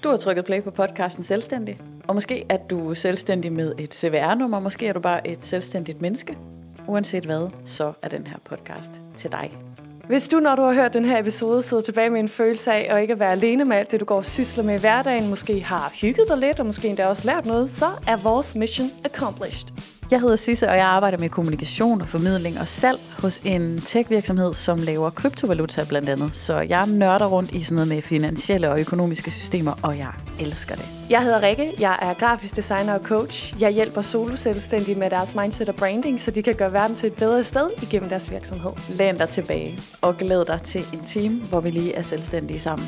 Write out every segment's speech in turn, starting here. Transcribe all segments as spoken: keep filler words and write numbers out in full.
Du har trykket play på podcasten Selvstændig, og måske er du selvstændig med et C V R-nummer, måske er du bare et selvstændigt menneske. Uanset hvad, så er den her podcast til dig. Hvis du, når du har hørt den her episode, sidder tilbage med en følelse af at ikke at være alene med alt det, du går og sysler med i hverdagen, måske har hygget dig lidt, og måske endda også lært noget, så er vores mission accomplished. Jeg hedder Sisse, og jeg arbejder med kommunikation og formidling og salg hos en tech-virksomhed, som laver kryptovaluta blandt andet. Så jeg nørder rundt i sådan noget med finansielle og økonomiske systemer, og jeg elsker det. Jeg hedder Rikke, jeg er grafisk designer og coach. Jeg hjælper solo-selvstændige med deres mindset og branding, så de kan gøre verden til et bedre sted igennem deres virksomhed. Læn dig tilbage og glæd dig til en time, hvor vi lige er selvstændige sammen.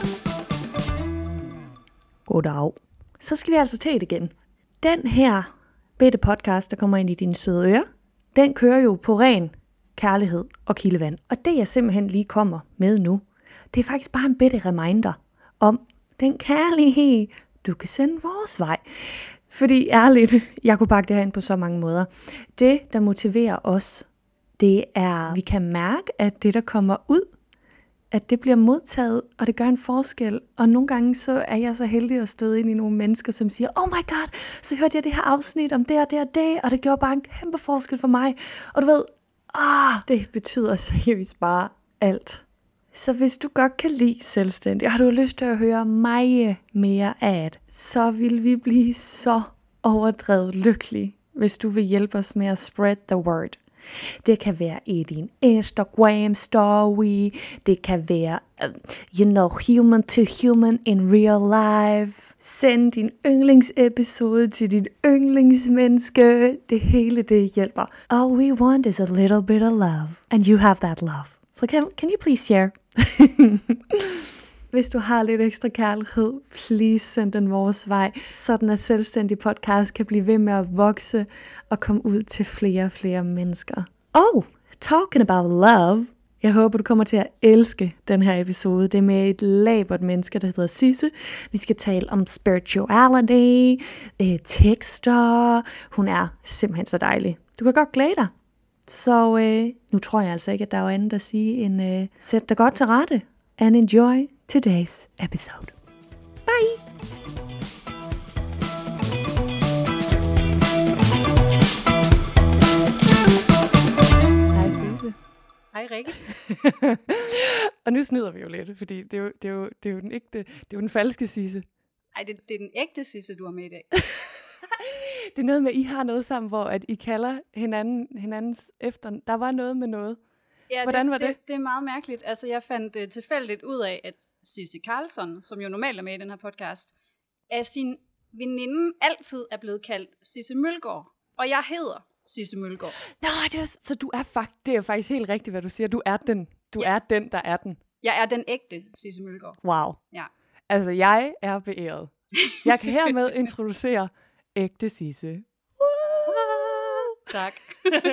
Goddag. Så skal vi altså til det igen. Den her bitte podcast, der kommer ind i dine søde ører, den kører jo på ren kærlighed og kildevand. Og det jeg simpelthen lige kommer med nu, det er faktisk bare en bitte reminder om den kærlighed, du kan sende vores vej. Fordi ærligt, jeg kunne pakke det her ind på så mange måder. Det, der motiverer os, det er, vi kan mærke, at det, der kommer ud, at det bliver modtaget, og det gør en forskel. Og nogle gange så er jeg så heldig at støde ind i nogle mennesker, som siger, oh my god, så hørte jeg det her afsnit om det og det og det, og det gjorde bare en kæmpe forskel for mig. Og du ved, ah, det betyder seriøst bare alt. Så hvis du godt kan lide selvstændig, og har du lyst til at høre mig mere af det, så vil vi blive så overdrevet lykkelige, hvis du vil hjælpe os med at spread the word. Det kan være i din Instagram story, det kan være, uh, you know, human to human in real life. Send din yndlingsepisode til din yndlingsmenneske. Det hele det hjælper. All we want is a little bit of love, and you have that love. So can, can you please share? Hvis du har lidt ekstra kærlighed, please send den vores vej, sådan at Selvstændig podcast kan blive ved med at vokse og komme ud til flere og flere mennesker. Oh, talking about love. Jeg håber, du kommer til at elske den her episode. Det er med et labert menneske, der hedder Sisse. Vi skal tale om spirituality, øh, tekster. Hun er simpelthen så dejlig. Du kan godt glæde dig. Så øh, nu tror jeg altså ikke, at der er andet at sige end øh, sæt dig godt til rette. And enjoy today's episode. Bye! Hej Sisse. Hej Rikke. Og nu snyder vi jo lidt, fordi det er jo, det er jo, det er jo den ægte, det er jo den falske Sisse. Nej, det, det er den ægte Sisse, du har med i dag. Det er noget med, at I har noget sammen, hvor at I kalder hinanden, hinandens efter. Der var noget med noget. Ja, Hvordan det, var det? det? Det er meget mærkeligt. Altså, jeg fandt uh, tilfældigt ud af, at Sisse Karlsson, som jo normalt er med i den her podcast, af sin veninde altid er blevet kaldt Sisse Mølgaard. Og jeg hedder Sisse Mølgaard. Nå, det er, så du er faktisk, det er faktisk helt rigtigt, hvad du siger. Du er den. Du Ja. er den, der er den. Jeg er den ægte Sisse Mølgaard. Wow. Ja. Altså, jeg er beæret. Jeg kan hermed introducere ægte Sisse. Tak.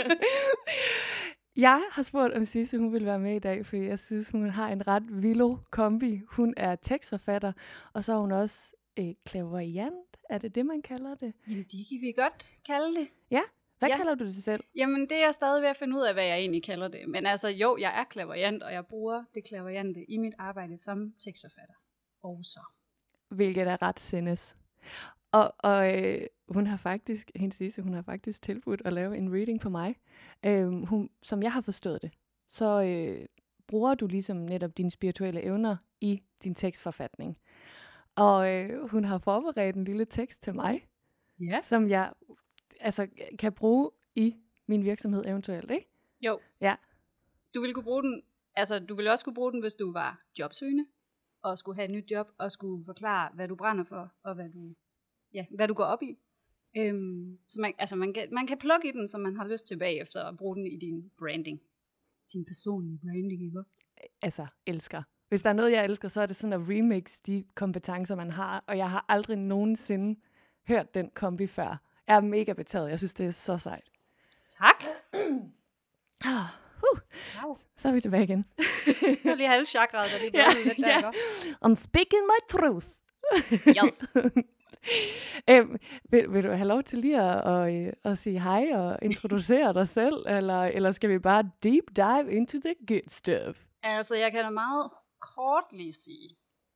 Jeg har spurgt, om Sisse hun vil være med i dag, fordi jeg synes, hun har en ret vilde kombi. Hun er tekstforfatter, og så er hun også øh, clairvoyant. Er det det, man kalder det? Jamen, det kan vi godt kalde det. Ja. Hvad Ja. kalder du det selv? Jamen, det er jeg stadig ved at finde ud af, hvad jeg egentlig kalder det. Men altså, jo, jeg er clairvoyant, og jeg bruger det clairvoyante i mit arbejde som tekstforfatter. Også. Hvilket er ret sindes. Og, og øh, hun har faktisk, hendes Sisse, hun har faktisk tilbudt at lave en reading for mig. Øh, hun, som jeg har forstået det, så øh, bruger du ligesom netop dine spirituelle evner i din tekstforfatning. Og øh, hun har forberedt en lille tekst til mig, Ja. som jeg altså kan bruge i min virksomhed eventuelt, ikke? Jo. Ja. Du ville kunne bruge den, altså du ville også kunne bruge den, hvis du var jobsøgende, og skulle have et nyt job, og skulle forklare, hvad du brænder for, og hvad du, ja, hvad du går op i. Øhm, så man, altså man kan, man kan plukke i den, så man har lyst til bagefter at bruge den i din branding. Din personlige branding, ikke? Altså, elsker. Hvis der er noget, jeg elsker, så er det sådan at remix de kompetencer, man har. Og jeg har aldrig nogensinde hørt den kombi før. Jeg er mega betaget. Jeg synes, det er så sejt. Tak. Ah, uh. Wow. Så er vi tilbage igen. Det var lige halschakraet, der lige blev Ja, lidt der, ja. ikke? I'm speaking my truth. Yes. Æm, vil, vil du have lov til lige at, at, at sige hej og introducere dig selv, eller, eller skal vi bare deep dive into the good stuff? Altså, jeg kan da meget kort lige sige,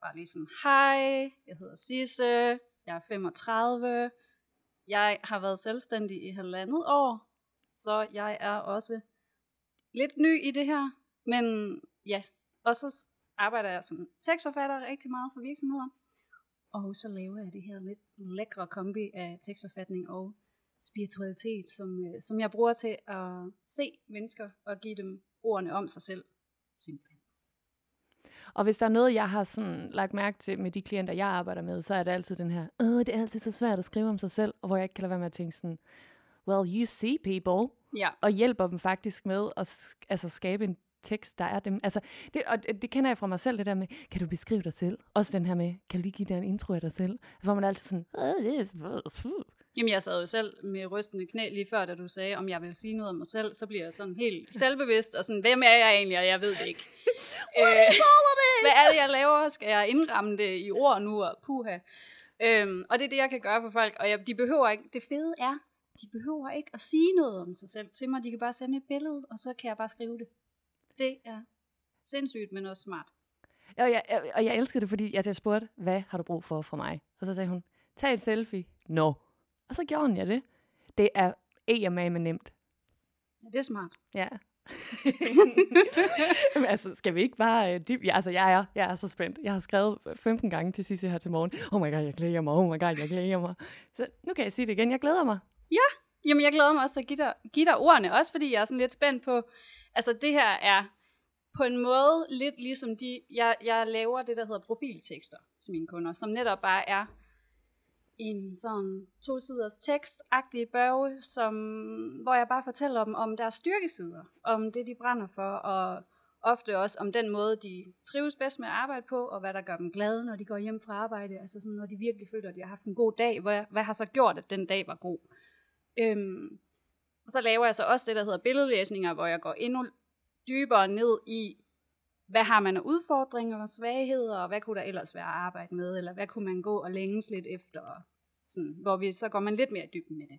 bare lige sådan, hej, jeg hedder Sisse, jeg er femogtredive, jeg har været selvstændig i halvandet år, så jeg er også lidt ny i det her, men ja, og så arbejder jeg som tekstforfatter rigtig meget for virksomheder, og så laver jeg det her lidt lækre kombi af tekstforfatning og spiritualitet, som, som jeg bruger til at se mennesker og give dem ordene om sig selv, simpelthen. Og hvis der er noget, jeg har sådan lagt mærke til med de klienter, jeg arbejder med, så er det altid den her, åh, det er altid så svært at skrive om sig selv, og hvor jeg ikke kan lade være med at tænke sådan, well, you see people, ja. og hjælper dem faktisk med at altså, skabe en tekst, der er dem. Altså, det, og det, det kender jeg fra mig selv, det der med, kan du beskrive dig selv? Også den her med, kan du lige give dig en intro af dig selv? Hvor man er altid sådan, åh, det er... Jamen, jeg sad jo selv med rystende knæ lige før, da du sagde, om jeg vil sige noget om mig selv, så bliver jeg sådan helt selvbevidst, og sådan, hvem er jeg egentlig, og jeg ved det ikke. What is all of this? Hvad er det, jeg laver? Skal jeg indramme det i ord nu, og puha? Øhm, og det er det, jeg kan gøre for folk, og jeg, de behøver ikke, det fede er, de behøver ikke at sige noget om sig selv til mig, de kan bare sende et billede, og så kan jeg bare skrive det. Det er sindssygt, men også smart. Og jeg, og jeg elskede det, fordi jeg spurgte, hvad har du brug for fra mig? Og så sagde hun, tag et selfie. No. Og så gjorde hun jeg det. Det er eddermame nemt. Ja, det er smart. Ja. Men altså, skal vi ikke bare... Uh, dyb... ja, altså, jeg er, jeg er så spændt. Jeg har skrevet femten gange til Sisse her til morgen. Oh my god, jeg glæder mig. Oh my god, jeg glæder mig. Så nu kan jeg sige det igen. Jeg glæder mig. Ja, jamen jeg glæder mig også til at give dig, give dig ordene. Også fordi jeg er sådan lidt spændt på... Altså, det her er på en måde lidt ligesom de... Jeg, jeg laver det, der hedder profiltekster til mine kunder, som netop bare er en sådan to-siders tekst-agtig børge, som, hvor jeg bare fortæller dem om deres styrkesider, om det, de brænder for, og ofte også om den måde, de trives bedst med at arbejde på, og hvad der gør dem glade, når de går hjem fra arbejde, altså sådan, når de virkelig føler, at de har haft en god dag, hvad, hvad har så gjort, at den dag var god. Øhm, og så laver jeg så også det, der hedder billedlæsninger, hvor jeg går endnu dybere ned i, hvad har man af udfordringer og svagheder, og hvad kunne der ellers være at arbejde med, eller hvad kunne man gå og længes lidt efter, sådan, hvor vi, så går man lidt mere i dybden med det.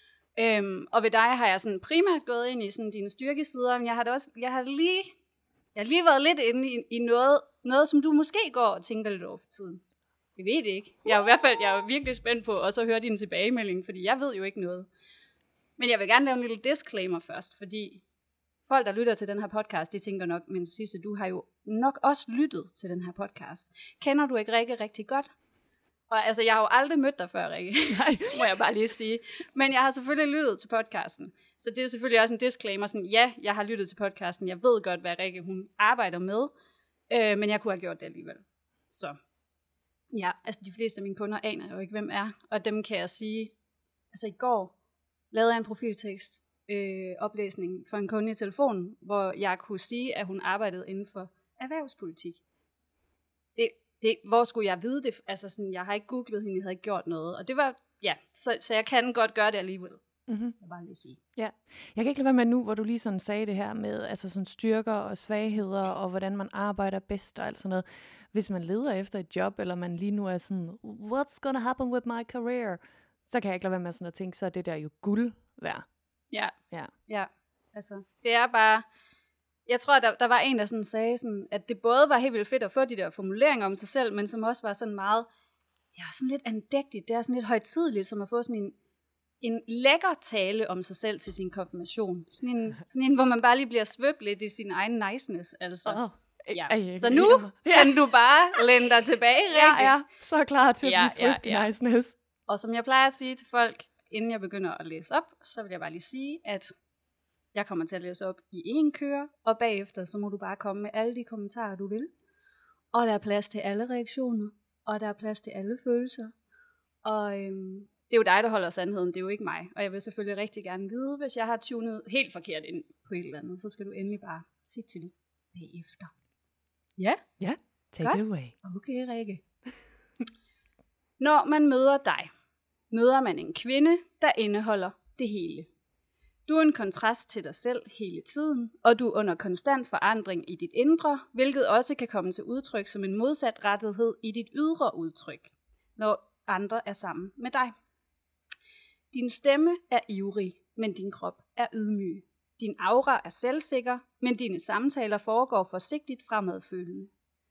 Øhm, og ved dig har jeg sådan primært gået ind i sådan dine styrkesider, men jeg har, det også, jeg har, lige, jeg har lige været lidt inde i, i noget, noget, som du måske går og tænker lidt over for tiden. Jeg ved det ikke. Jeg er i hvert fald jeg er virkelig spændt på også at høre din tilbagemelding, fordi jeg ved jo ikke noget. Men jeg vil gerne lave en lille disclaimer først, fordi folk, der lytter til den her podcast, de tænker nok, men Sisse, du har jo nok også lyttet til den her podcast. Kender du ikke Rikke rigtig godt? Og altså, jeg har jo aldrig mødt dig før, Rikke. Nej, må jeg bare lige sige. Men jeg har selvfølgelig lyttet til podcasten. Så det er selvfølgelig også en disclaimer. Sådan, ja, jeg har lyttet til podcasten. Jeg ved godt, hvad Rikke hun arbejder med. Øh, men jeg kunne have gjort det alligevel. Så ja, altså de fleste af mine kunder aner jo ikke, hvem er. Og dem kan jeg sige, altså i går lavede jeg en profiltekst. Øh, oplæsning for en kunde i telefonen, hvor jeg kunne sige, at hun arbejdede inden for erhvervspolitik. Det, det, hvor skulle jeg vide det? Altså sådan, jeg har ikke googlet hende, jeg havde ikke gjort noget. Og det var, ja, så, så jeg kan godt gøre det alligevel. Mm-hmm. Jeg bare lige sige. Ja. Jeg kan ikke lade være med nu, hvor du lige sådan sagde det her med altså sådan styrker og svagheder, og hvordan man arbejder bedst og alt sådan noget. Hvis man leder efter et job, eller man lige nu er sådan, what's gonna happen with my career? Så kan jeg ikke lade være med sådan at tænke, så er det der jo guld værd. Ja, ja, ja. Altså, det er bare, jeg tror, der, der var en, der sådan sagde, sådan, at det både var helt vildt fedt at få de der formuleringer om sig selv, men som også var sådan meget, det er sådan lidt andægtigt, det er sådan lidt højtideligt, som at få sådan en, en lækker tale om sig selv til sin konfirmation. Sådan en, sådan en hvor man bare lige bliver svøbt lidt i sin egen niceness, altså. Oh. Ja. Ej, så nu kan du bare læne dig tilbage, Rikke. Ja, ja, så klar til ja, at blive svøbt ja, ja. i niceness. Og som jeg plejer at sige til folk, inden jeg begynder at læse op, så vil jeg bare lige sige, at jeg kommer til at læse op i en køre, og bagefter så må du bare komme med alle de kommentarer, du vil. Og der er plads til alle reaktioner, og der er plads til alle følelser. Og øhm, det er jo dig, der holder sandheden, det er jo ikke mig. Og jeg vil selvfølgelig rigtig gerne vide, hvis jeg har tunet helt forkert ind på et eller andet, så skal du endelig bare sige til bagefter. Ja? Ja, take Godt. It away. Okay, Rikke. Når man møder dig, møder man en kvinde, der indeholder det hele. Du er en kontrast til dig selv hele tiden, og du er under konstant forandring i dit indre, hvilket også kan komme til udtryk som en modsatrettethed i dit ydre udtryk, når andre er sammen med dig. Din stemme er ivrig, men din krop er ydmyg. Din aura er selvsikker, men dine samtaler foregår forsigtigt fremadfølgende.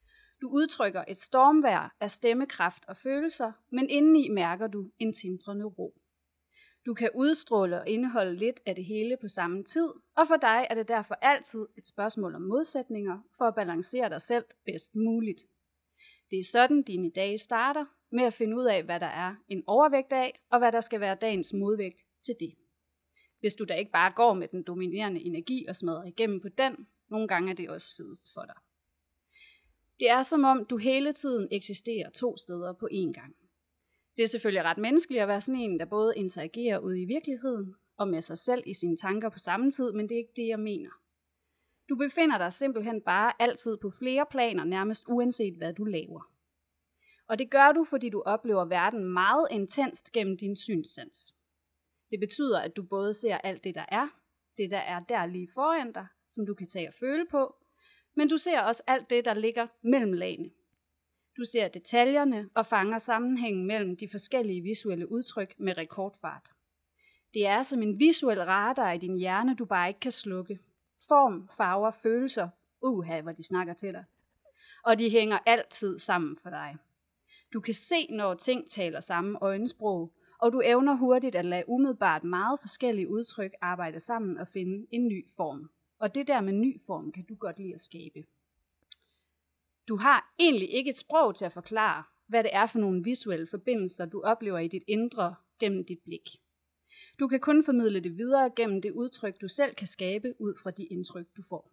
Du udtrykker et stormvejr af stemmekraft og følelser, men indeni mærker du en tindrende ro. Du kan udstråle og indeholde lidt af det hele på samme tid, og for dig er det derfor altid et spørgsmål om modsætninger for at balancere dig selv bedst muligt. Det er sådan, dine dage starter med at finde ud af, hvad der er en overvægt af, og hvad der skal være dagens modvægt til det. Hvis du da ikke bare går med den dominerende energi og smadrer igennem på den, nogle gange er det også fedest for dig. Det er som om, du hele tiden eksisterer to steder på én gang. Det er selvfølgelig ret menneskeligt at være sådan en, der både interagerer ude i virkeligheden og med sig selv i sine tanker på samme tid, men det er ikke det, jeg mener. Du befinder dig simpelthen bare altid på flere planer, nærmest uanset hvad du laver. Og det gør du, fordi du oplever verden meget intenst gennem din synssans. Det betyder, at du både ser alt det, der er, det der er der lige foran dig, som du kan tage og føle på, men du ser også alt det, der ligger mellem lagene. Du ser detaljerne og fanger sammenhængen mellem de forskellige visuelle udtryk med rekordfart. Det er som en visuel radar i din hjerne, du bare ikke kan slukke. Form, farver, følelser, uha, hvor de snakker til dig. Og de hænger altid sammen for dig. Du kan se, når ting taler samme øjensprog, og du evner hurtigt at lade umiddelbart meget forskellige udtryk arbejde sammen og finde en ny form. Og det der med ny form kan du godt lide at skabe. Du har egentlig ikke et sprog til at forklare, hvad det er for nogle visuelle forbindelser, du oplever i dit indre gennem dit blik. Du kan kun formidle det videre gennem det udtryk, du selv kan skabe ud fra de indtryk, du får.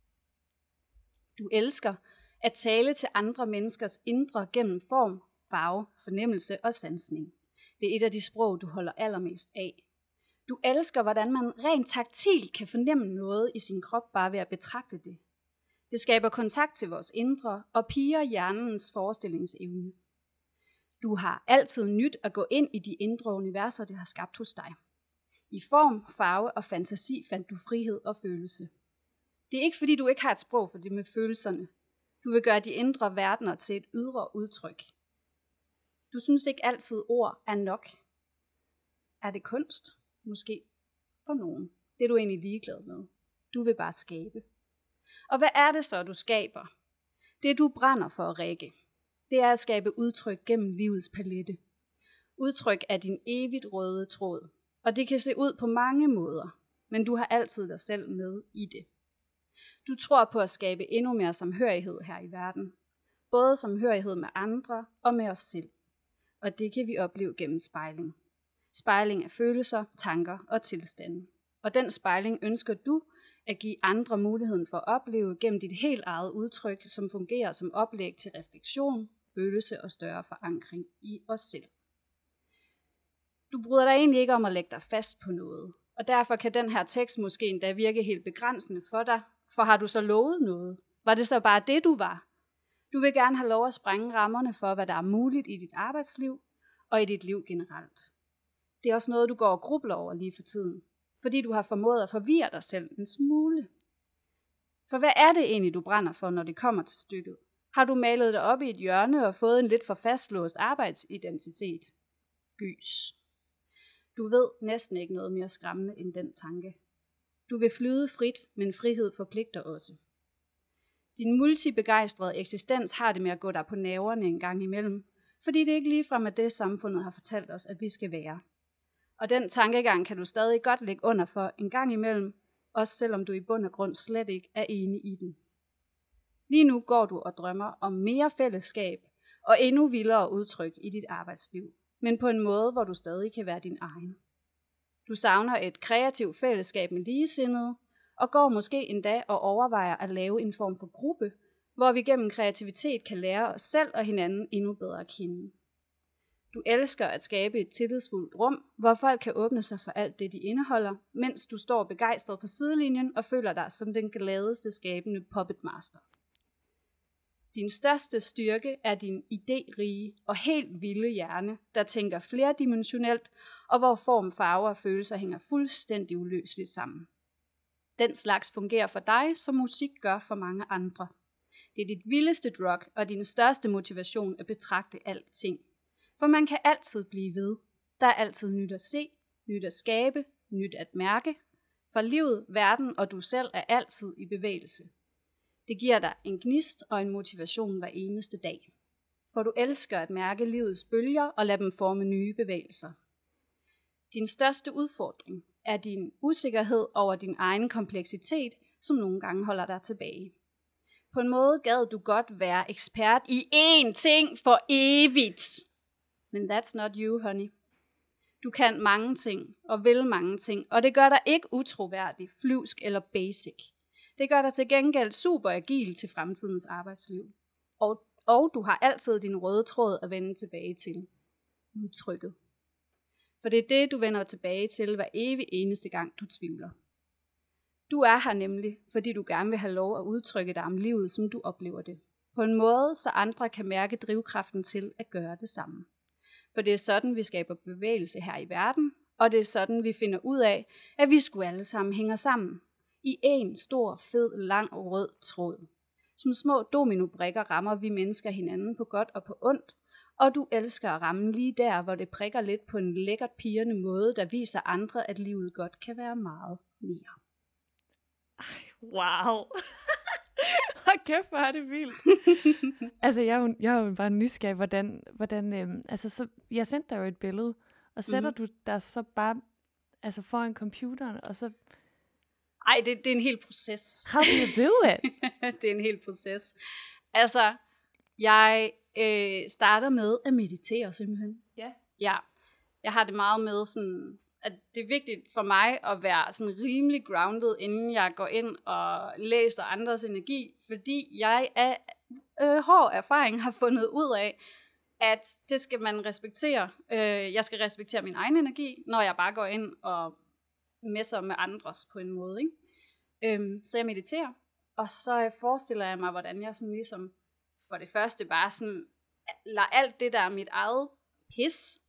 Du elsker at tale til andre menneskers indre gennem form, farve, fornemmelse og sansning. Det er et af de sprog, du holder allermest af. Du elsker, hvordan man rent taktilt kan fornemme noget i sin krop bare ved at betragte det. Det skaber kontakt til vores indre og piger hjernens forestillingsevne. Du har altid nyt at gå ind i de indre universer, det har skabt hos dig. I form, farve og fantasi fandt du frihed og følelse. Det er ikke fordi, du ikke har et sprog for det med følelserne. Du vil gøre de indre verdener til et ydre udtryk. Du synes ikke altid ord er nok. Er det kunst? Måske for nogen. Det er du egentlig ligeglad med. Du vil bare skabe. Og hvad er det så, du skaber? Det du brænder for, Rikke, det er at skabe udtryk gennem livets palette. Udtryk er din evigt røde tråd, og det kan se ud på mange måder, men du har altid dig selv med i det. Du tror på at skabe endnu mere samhørighed her i verden, både samhørighed med andre og med os selv. Og det kan vi opleve gennem spejling. Spejling af følelser, tanker og tilstande. Og den spejling ønsker du at give andre muligheden for at opleve gennem dit helt eget udtryk, som fungerer som oplæg til refleksion, følelse og større forankring i os selv. Du bryder dig egentlig ikke om at lægge dig fast på noget, og derfor kan den her tekst måske endda virke helt begrænsende for dig, for har du så lovet noget? Var det så bare det, du var? Du vil gerne have lov at sprænge rammerne for, hvad der er muligt i dit arbejdsliv og i dit liv generelt. Det er også noget, du går og grubler over lige for tiden, fordi du har formået at forvirre dig selv en smule. For hvad er det egentlig, du brænder for, når det kommer til stykket? Har du malet dig op i et hjørne og fået en lidt for fastlåst arbejdsidentitet? Gys. Du ved næsten ikke noget mere skræmmende end den tanke. Du vil flyde frit, men frihed forpligter også. Din multibegejstrede eksistens har det med at gå dig på nerverne en gang imellem, fordi det ikke ligefrem er det, samfundet har fortalt os, at vi skal være. Og den tankegang kan du stadig godt lægge under for en gang imellem, også selvom du i bund og grund slet ikke er enig i den. Lige nu går du og drømmer om mere fællesskab og endnu vildere udtryk i dit arbejdsliv, men på en måde, hvor du stadig kan være din egen. Du savner et kreativt fællesskab med ligesindede, og går måske endda og overvejer at lave en form for gruppe, hvor vi gennem kreativitet kan lære os selv og hinanden endnu bedre at kende. Du elsker at skabe et tillidsfuldt rum, hvor folk kan åbne sig for alt det, de indeholder, mens du står begejstret på sidelinjen og føler dig som den gladeste skabende puppetmaster. Din største styrke er din idérige og helt vilde hjerne, der tænker flerdimensionelt, og hvor form, farver og følelser hænger fuldstændig uløseligt sammen. Den slags fungerer for dig, som musik gør for mange andre. Det er dit vildeste drug og din største motivation at betragte alting. For man kan altid blive ved. Der er altid nyt at se, nyt at skabe, nyt at mærke. For livet, verden og du selv er altid i bevægelse. Det giver dig en gnist og en motivation hver eneste dag. For du elsker at mærke livets bølger og lade dem forme nye bevægelser. Din største udfordring er din usikkerhed over din egen kompleksitet, som nogle gange holder dig tilbage. På en måde gad du godt være ekspert i én ting for evigt. Men that's not you, honey. Du kan mange ting og vil mange ting, og det gør dig ikke utroværdig, flyvsk eller basic. Det gør dig til gengæld super agil til fremtidens arbejdsliv. Og, og du har altid din røde tråd at vende tilbage til. Udtrykket. For det er det, du vender tilbage til hver evig eneste gang, du tvivler. Du er her nemlig, fordi du gerne vil have lov at udtrykke dig om livet, som du oplever det. På en måde, så andre kan mærke drivkraften til at gøre det samme. For det er sådan, vi skaber bevægelse her i verden, og det er sådan, vi finder ud af, at vi sgu alle sammen hænger sammen. I en stor, fed, lang og rød tråd. Som små dominobrikker rammer vi mennesker hinanden på godt og på ondt, og du elsker at ramme lige der, hvor det prikker lidt på en lækkert pirrende måde, der viser andre, at livet godt kan være meget mere. Wow. Hold kæft, hvor er det vildt. altså, jeg er, jo, jeg er jo bare nysgerrig, hvordan, hvordan øhm, altså, så, jeg sendte dig jo et billede, og sætter mm-hmm. du dig så bare, altså, foran computeren, og så... Ej, det, det er en hel proces. How do you do it? Det er en hel proces. Altså, jeg øh, starter med at meditere simpelthen. Ja. Yeah. Ja, jeg har det meget med sådan... at det er vigtigt for mig at være sådan rimelig grounded, inden jeg går ind og læser andres energi, fordi jeg af øh, hård erfaring har fundet ud af, at det skal man respektere. Øh, jeg skal respektere min egen energi, når jeg bare går ind og messer med andres på en måde. Ikke? Øhm, så jeg mediterer, og så forestiller jeg mig, hvordan jeg sådan ligesom for det første bare sådan lader alt det, der er mit eget pis,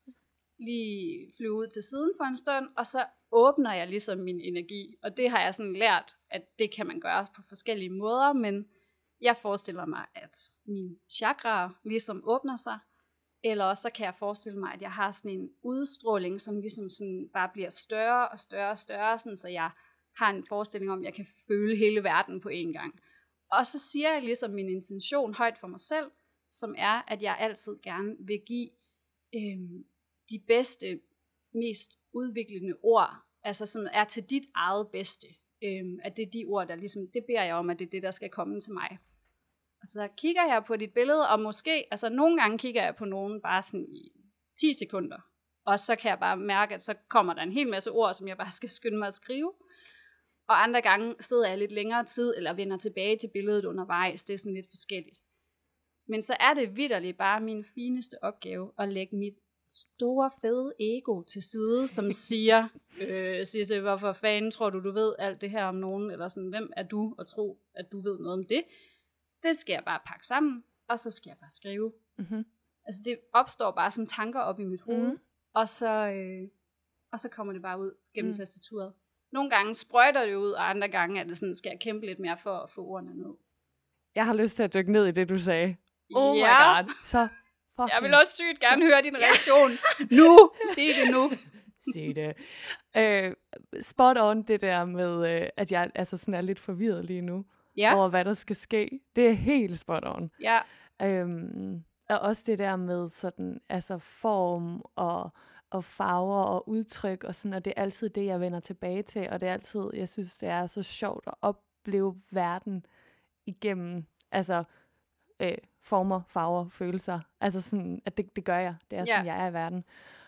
lige flyve ud til siden for en stund, og så åbner jeg ligesom min energi. Og det har jeg sådan lært, at det kan man gøre på forskellige måder, men jeg forestiller mig, at min chakra ligesom åbner sig, eller også så kan jeg forestille mig, at jeg har sådan en udstråling, som ligesom sådan bare bliver større og større og større, sådan så jeg har en forestilling om, at jeg kan føle hele verden på én gang. Og så siger jeg ligesom min intention højt for mig selv, som er, at jeg altid gerne vil give øhm, de bedste, mest udviklende ord, altså som er til dit eget bedste. Øhm, at det er de ord, der ligesom, det beder jeg om, at det er det, der skal komme til mig. Og så kigger jeg på dit billede, og måske, altså nogle gange kigger jeg på nogen bare sådan i ti sekunder, og så kan jeg bare mærke, at så kommer der en hel masse ord, som jeg bare skal skynde mig at skrive. Og andre gange sidder jeg lidt længere tid, eller vender tilbage til billedet undervejs, det er sådan lidt forskelligt. Men så er det vitterligt bare min fineste opgave, at lægge mit store, fede ego til side, som siger, øh, Sisse, hvorfor fanden tror du, du ved alt det her om nogen, eller sådan, hvem er du, og tro, at du ved noget om det? Det skal jeg bare pakke sammen, og så skal jeg bare skrive. Mm-hmm. Altså, det opstår bare som tanker op i mit hoved, mm. og, så, øh, og så kommer det bare ud gennem mm. tastaturet. Nogle gange sprøjter det ud, og andre gange er det sådan, skal jeg kæmpe lidt mere for at få ordene ned. Jeg har lyst til at dykke ned i det, du sagde. Oh ja. my god. Så fucking. Jeg vil også sygt gerne så. høre din reaktion. Nu! Sig det nu. Sig det. Øh, spot on det der med, øh, at jeg altså sådan er lidt forvirret lige nu. Ja. Over hvad der skal ske. Det er helt spot on. Ja. Øhm, og også det der med sådan, altså form og, og farver og udtryk og sådan, og det er altid det, jeg vender tilbage til, og det er altid, jeg synes, det er så sjovt at opleve verden igennem, altså øh, former, farver, følelser. Altså sådan, at det, det gør jeg. Det er sådan, ja. jeg er i verden.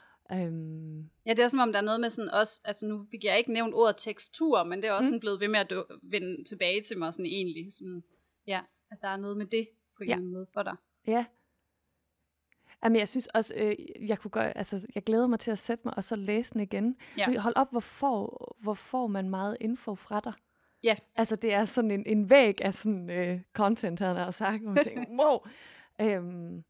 Um, ja, det er som om, der er noget med sådan også, altså nu fik jeg ikke nævnt ordet tekstur, men det er også mm. sådan blevet ved med at dø- vende tilbage til mig sådan egentlig. Sådan, ja, at der er noget med det på en ja. eller anden måde for dig. Ja. Jamen, jeg synes også, øh, jeg kunne gøre, altså, jeg glæder mig til at sætte mig og så læse den igen. Ja. Fordi, hold op, hvor får, hvor får man meget info fra dig? Ja. Altså, det er sådan en, en væg af sådan øh, content, han har sagt, og man tænker, wow. Øhm,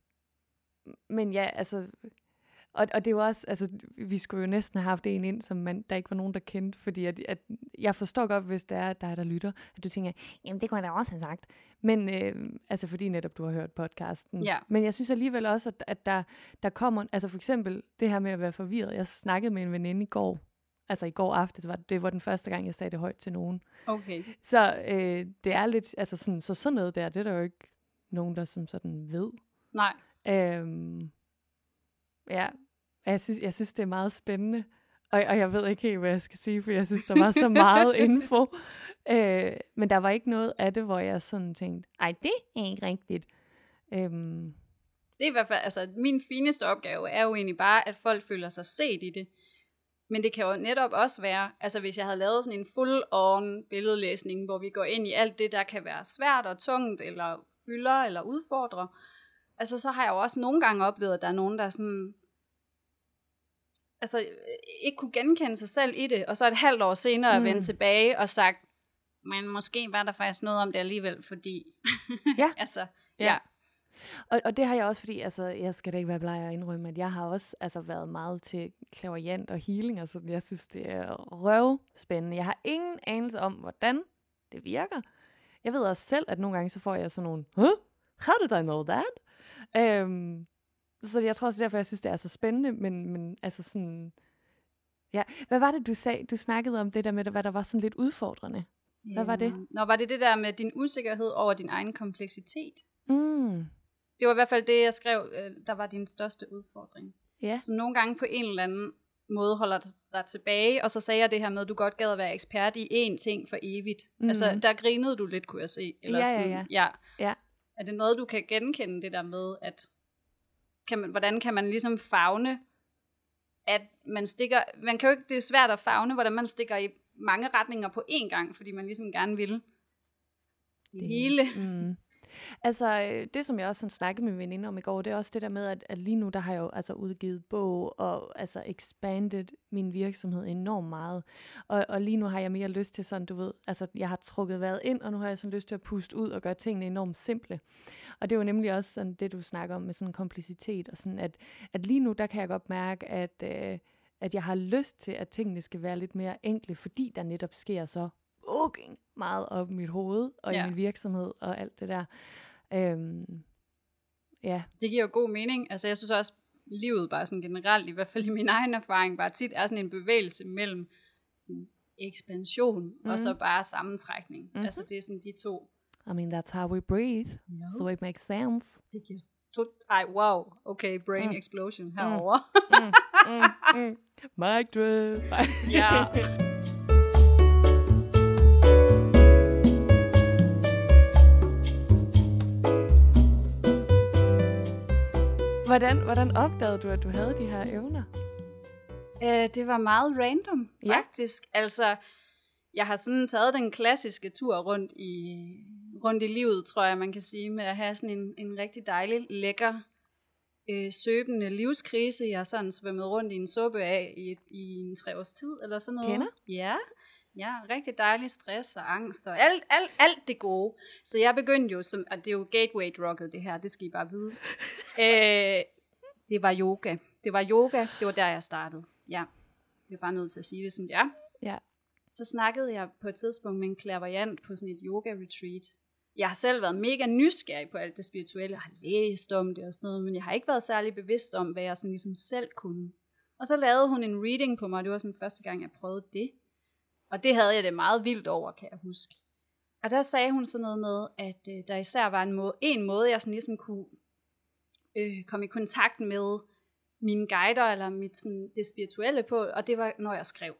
men ja, altså, og, og det er jo også, altså, vi skulle jo næsten have haft en ind, som man, der ikke var nogen, der kendte, fordi at, at jeg forstår godt, hvis der er dig, der lytter, at du tænker, jamen, det kunne jeg da også have sagt. Men, øh, altså, fordi netop du har hørt podcasten. Ja. Men jeg synes alligevel også, at, at der, der kommer, altså for eksempel det her med at være forvirret. Jeg snakkede med en veninde i går, Altså i går aftes, var det, det var den første gang, jeg sagde det højt til nogen. Okay. Så øh, det er lidt, altså sådan, så sådan noget der, det er der jo ikke nogen, der som sådan ved. Nej. Øhm, ja, jeg synes, jeg synes, det er meget spændende. Og, og jeg ved ikke helt, hvad jeg skal sige, for jeg synes, der var så meget info. Øh, men der var ikke noget af det, hvor jeg sådan tænkte, ej, det er ikke rigtigt. Øhm, Det er i hvert fald, altså min fineste opgave er jo egentlig bare, at folk føler sig set i det. Men det kan jo netop også være, altså hvis jeg havde lavet sådan en full-on billedlæsning, hvor vi går ind i alt det, der kan være svært og tungt, eller fylder, eller udfordrer, altså så har jeg jo også nogle gange oplevet, at der er nogen, der sådan, altså ikke kunne genkende sig selv i det, og så et halvt år senere mm. vende tilbage og sagt, men måske var der faktisk noget om det alligevel, fordi, ja. altså, ja. ja. Og, og det har jeg også, fordi altså, jeg skal da ikke være bleg at indrømme, at jeg har også altså, været meget til clairvoyant og healing, og sådan, jeg synes, det er røvspændende. Jeg har ingen anelse om, hvordan det virker. Jeg ved også selv, at nogle gange så får jeg sådan nogle, huh? How did I know that? Øhm, så jeg tror også derfor, jeg synes, det er så spændende, men, men altså sådan, ja. Hvad var det, du sagde? Du snakkede om det der med, hvad der var sådan lidt udfordrende. Hvad var det? Nå, var det det der med din usikkerhed over din egen kompleksitet? Mm. Det var i hvert fald det, jeg skrev, der var din største udfordring. Ja. Som nogle gange på en eller anden måde holder dig tilbage, og så sagde jeg det her med, at du godt gad at være ekspert i én ting for evigt. Mm. Altså, der grinede du lidt, kunne jeg se. Eller ja, sådan, ja, ja. ja. ja. Er det noget, du kan genkende, det der med, at kan man, hvordan kan man ligesom favne, at man stikker, man kan jo ikke, det er svært at favne, hvordan man stikker i mange retninger på én gang, fordi man ligesom gerne vil det, det hele. Mm. Altså, det som jeg også sådan snakkede med min veninde om i går, det er også det der med, at, at lige nu, der har jeg jo altså udgivet bog, og altså expanded min virksomhed enormt meget. Og, og lige nu har jeg mere lyst til sådan, du ved, altså jeg har trukket vejret ind, og nu har jeg sådan lyst til at puste ud og gøre tingene enormt simple. Og det er jo nemlig også sådan det, du snakker om med sådan komplicitet, og sådan, at, at lige nu, der kan jeg godt mærke, at, øh, at jeg har lyst til, at tingene skal være lidt mere enkle, fordi der netop sker så fucking meget op i mit hoved, og ja. i min virksomhed, og alt det der. Øhm, ja. Det giver jo god mening. Altså jeg synes også, livet bare sådan generelt, i hvert fald i min egen erfaring, bare tit er sådan en bevægelse mellem sådan ekspansion, mm. og så bare sammentrækning. Mm-hmm. Altså det er sådan de to. I mean, that's how we breathe, yes. So it makes sense. Det giver to- Ej, wow. Okay, brain mm. explosion herovre. Mm. Mm. Mm. Mic drop. Ja. Hvordan, hvordan opdagede du, at du havde de her evner? Øh, det var meget random, faktisk. Ja. Altså, jeg har sådan taget den klassiske tur rundt i, rundt i livet, tror jeg, man kan sige, med at have sådan en, en rigtig dejlig, lækker, øh, søbende livskrise. Jeg har sådan svømmet rundt i en suppe af i, i en tre års tid, eller sådan noget. Kender? Ja. Ja, rigtig dejlig stress og angst og alt, alt, alt det gode. Så jeg begyndte jo, som, og det er jo gateway-drugget det her, det skal I bare vide. øh, det var yoga. Det var yoga, det var der jeg startede. Ja, det er bare nødt til at sige det, som det er. Ja. Så snakkede jeg på et tidspunkt med en clairvoyant på sådan et yoga-retreat. Jeg har selv været mega nysgerrig på alt det spirituelle, jeg har læst om det og sådan noget, men jeg har ikke været særlig bevidst om, hvad jeg sådan ligesom selv kunne. Og så lavede hun en reading på mig, det var sådan første gang, jeg prøvede det. Og det havde jeg det meget vildt over, kan jeg huske. Og der sagde hun sådan noget med, at øh, der især var en måde, en måde, jeg sådan ligesom kunne øh, komme i kontakt med mine guider, eller mit, sådan, det spirituelle på, og det var, når jeg skrev.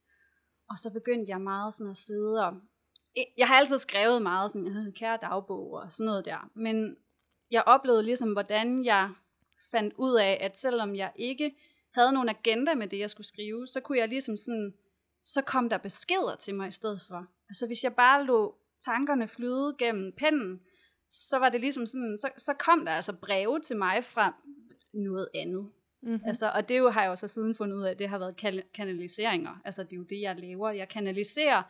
Og så begyndte jeg meget sådan at sidde og... Jeg har altid skrevet meget sådan, kære dagbog og sådan noget der, men jeg oplevede ligesom, hvordan jeg fandt ud af, at selvom jeg ikke havde nogen agenda med det, jeg skulle skrive, så kunne jeg ligesom sådan... så kom der beskeder til mig i stedet for. Altså hvis jeg bare lod tankerne flyde gennem pennen, så var det ligesom sådan, så, så kom der altså breve til mig fra noget andet. Mm-hmm. Altså, og det jo, har jeg jo så siden fundet ud af, at det har været kan- kanaliseringer. Altså det er jo det, jeg laver. Jeg kanaliserer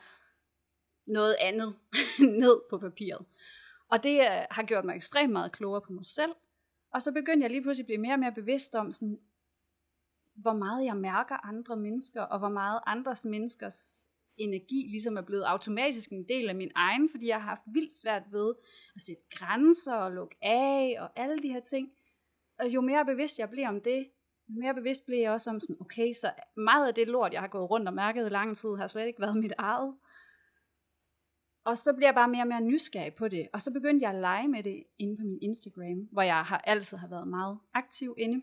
noget andet ned på papiret. Og det uh, har gjort mig ekstremt meget klogere på mig selv. Og så begyndte jeg lige pludselig at blive mere og mere bevidst om sådan, hvor meget jeg mærker andre mennesker, og hvor meget andres menneskers energi ligesom er blevet automatisk en del af min egen, fordi jeg har haft vildt svært ved at sætte grænser og lukke af, og alle de her ting. Og jo mere bevidst jeg bliver om det, mere bevidst blev jeg også om sådan, okay, så meget af det lort, jeg har gået rundt og mærket i lang tid, har slet ikke været mit eget. Og så bliver jeg bare mere og mere nysgerrig på det. Og så begyndte jeg at lege med det inde på min Instagram, hvor jeg har altid har været meget aktiv inde.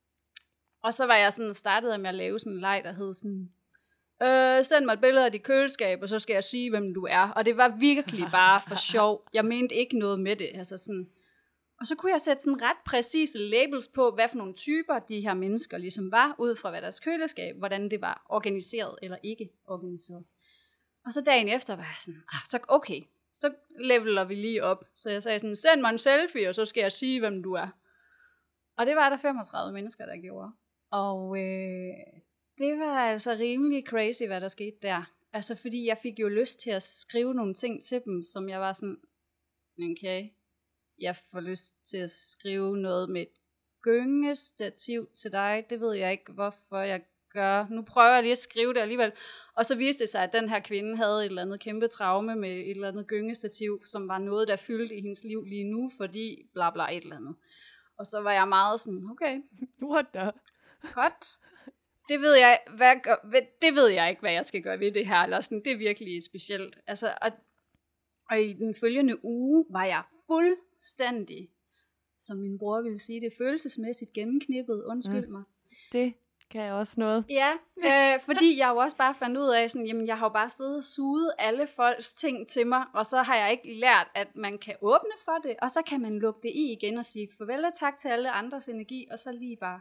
Og så var jeg sådan startet med at lave sådan en leg, der hed sådan, øh, send mig et billede af dit køleskab, og så skal jeg sige, hvem du er. Og det var virkelig bare for sjov. Jeg mente ikke noget med det. Altså sådan. Og så kunne jeg sætte sådan ret præcise labels på, hvad for nogle typer de her mennesker ligesom var, ud fra hvad deres køleskab, hvordan det var organiseret eller ikke organiseret. Og så dagen efter var jeg sådan, ah, så okay, så leveler vi lige op. Så jeg sagde sådan, send mig en selfie, og så skal jeg sige, hvem du er. Og det var der femogtredive mennesker, der gjorde. Og øh, det var altså rimelig crazy, hvad der skete der. Altså fordi jeg fik jo lyst til at skrive nogle ting til dem, som jeg var sådan, okay, jeg får lyst til at skrive noget med et gyngestativ til dig. Det ved jeg ikke, hvorfor jeg gør. Nu prøver jeg lige at skrive det alligevel. Og så viste det sig, at den her kvinde havde et eller andet kæmpe traume med et eller andet gyngestativ, som var noget, der fyldte i hendes liv lige nu, fordi bla bla et eller andet. Og så var jeg meget sådan, okay. What the? Godt. Det ved jeg, hvad, det ved jeg ikke, hvad jeg skal gøre ved det her. Eller sådan, det er virkelig specielt. Altså, og, og i den følgende uge var jeg fuldstændig, som min bror ville sige det, følelsesmæssigt gennemknippet. Undskyld mm. mig. Det kan jeg også noget. Ja, øh, fordi jeg jo også bare fandt ud af, sådan, jamen jeg har jo bare siddet og suget alle folks ting til mig, og så har jeg ikke lært, at man kan åbne for det, og så kan man lukke det i igen og sige farvel og tak til alle andres energi, og så lige bare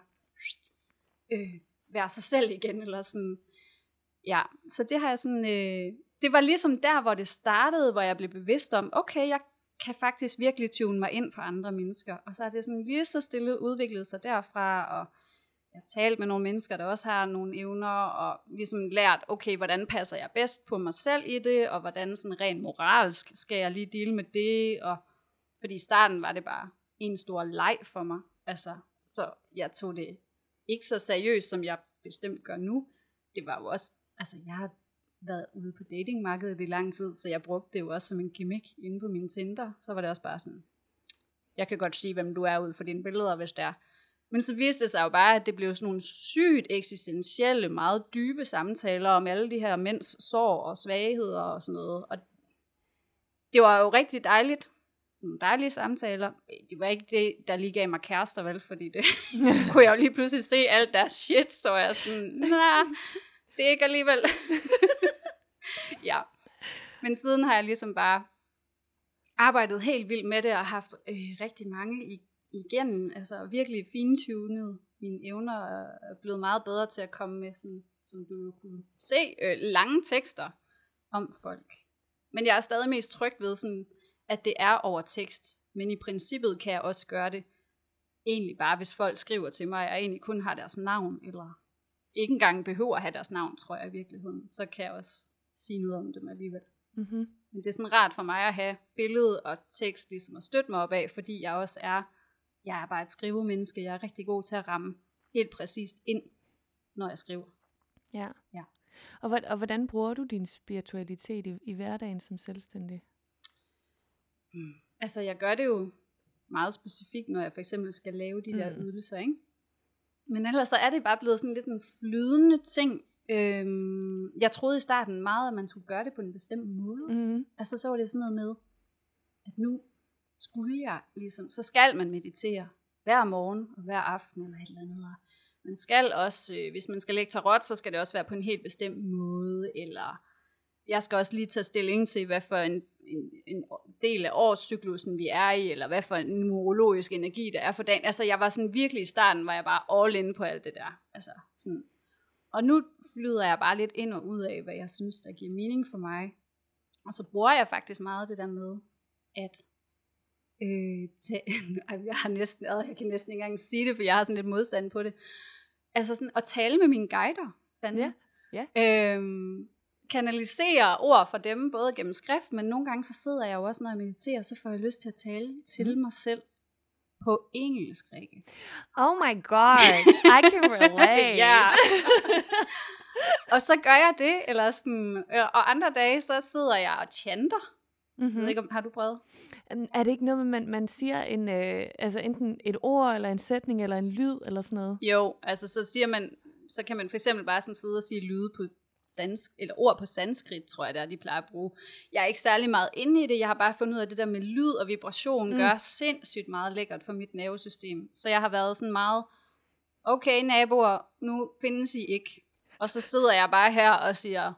øh, være sig selv igen, eller sådan. Ja, så det har jeg sådan, øh, det var ligesom der, hvor det startede, hvor jeg blev bevidst om, okay, jeg kan faktisk virkelig tune mig ind på andre mennesker, og så er det sådan lige så stille udviklet sig derfra, og jeg har talt med nogle mennesker, der også har nogle evner, og ligesom lært, okay, hvordan passer jeg bedst på mig selv i det, og hvordan sådan rent moralsk skal jeg lige deale med det, og fordi i starten var det bare en stor leg for mig, altså, så jeg tog det ikke så seriøst, som jeg bestemt gør nu. Det var jo også, altså jeg har været ude på datingmarkedet i lang tid, så jeg brugte det jo også som en gimmick inde på min Tinder, så var det også bare sådan, jeg kan godt sige, hvem du er ud for dine billeder, hvis det er. Men så viste det sig jo bare, at det blev sådan nogle sygt eksistentielle, meget dybe samtaler om alle de her mænds sorg og svagheder og sådan noget. Og det var jo rigtig dejligt. Nogle dejlige samtaler. Det var ikke det, der lige gav mig kærester, vel? Fordi det kunne jeg jo lige pludselig se alt der shit, så jeg sådan, nah, det er ikke alligevel. Ja. Men siden har jeg ligesom bare arbejdet helt vildt med det og haft øh, rigtig mange i igen, altså virkelig fintunet mine evner, er blevet meget bedre til at komme med, sådan, som du kunne se, øh, lange tekster om folk. Men jeg er stadig mest tryg ved, sådan, at det er over tekst, men i princippet kan jeg også gøre det egentlig bare, hvis folk skriver til mig, og egentlig kun har deres navn, eller ikke engang behøver at have deres navn, tror jeg i virkeligheden, så kan jeg også sige noget om dem alligevel. Mm-hmm. Men det er sådan rart for mig at have billede og tekst ligesom at støtte mig op af, fordi jeg også er Jeg er bare et skrivemenneske. Jeg er rigtig god til at ramme helt præcist ind, når jeg skriver. Ja. Ja. Og, og hvordan bruger du din spiritualitet i, i hverdagen som selvstændig? Hmm. Altså, jeg gør det jo meget specifikt, når jeg for eksempel skal lave de der mm. ydelser, ikke? Men ellers så er det bare blevet sådan lidt en flydende ting. Øhm, jeg troede i starten meget, at man skulle gøre det på en bestemt måde. Mm. Altså, så var det sådan noget med, at nu skulle jeg ligesom, så skal man meditere hver morgen og hver aften eller et eller andet. Man skal også, øh, hvis man skal lægge tarot, så skal det også være på en helt bestemt måde, eller jeg skal også lige tage stilling til, hvad for en, en, en del af årscyklusen vi er i, eller hvad for en numerologisk energi der er for dagen. Altså jeg var sådan virkelig i starten, var jeg bare all in på alt det der. Altså sådan. Og nu flyder jeg bare lidt ind og ud af, hvad jeg synes, der giver mening for mig. Og så bruger jeg faktisk meget det der med, at Øh, ta- jeg har næsten, jeg kan næsten ikke engang sige det, for jeg har sådan lidt modstand på det. Altså sådan at tale med mine guider, fandme. Ja, ja. Øhm, kanalisere ord fra dem, både gennem skrift, men nogle gange så sidder jeg jo også, når jeg mediterer, så får jeg lyst til at tale til mm. mig selv på engelsk, Rikke. Oh my god, I can relate. Ja. Og så gør jeg det, eller sådan, og andre dage, så sidder jeg og chanter. Mm-hmm. Jeg ved ikke, om, har du prøvet? er det ikke noget med, man, man siger en, øh, altså enten et ord, eller en sætning, eller en lyd, eller sådan noget? Jo, altså så siger man, så kan man for eksempel bare sådan sidde og sige lyde på sans, eller ord på sanskrit, tror jeg, det er, de plejer at bruge. Jeg er ikke særlig meget inde i det, jeg har bare fundet ud af, at det der med lyd og vibration mm. gør sindssygt meget lækkert for mit nervesystem. Så jeg har været sådan meget, okay naboer, nu findes I ikke. Og så sidder jeg bare her og siger,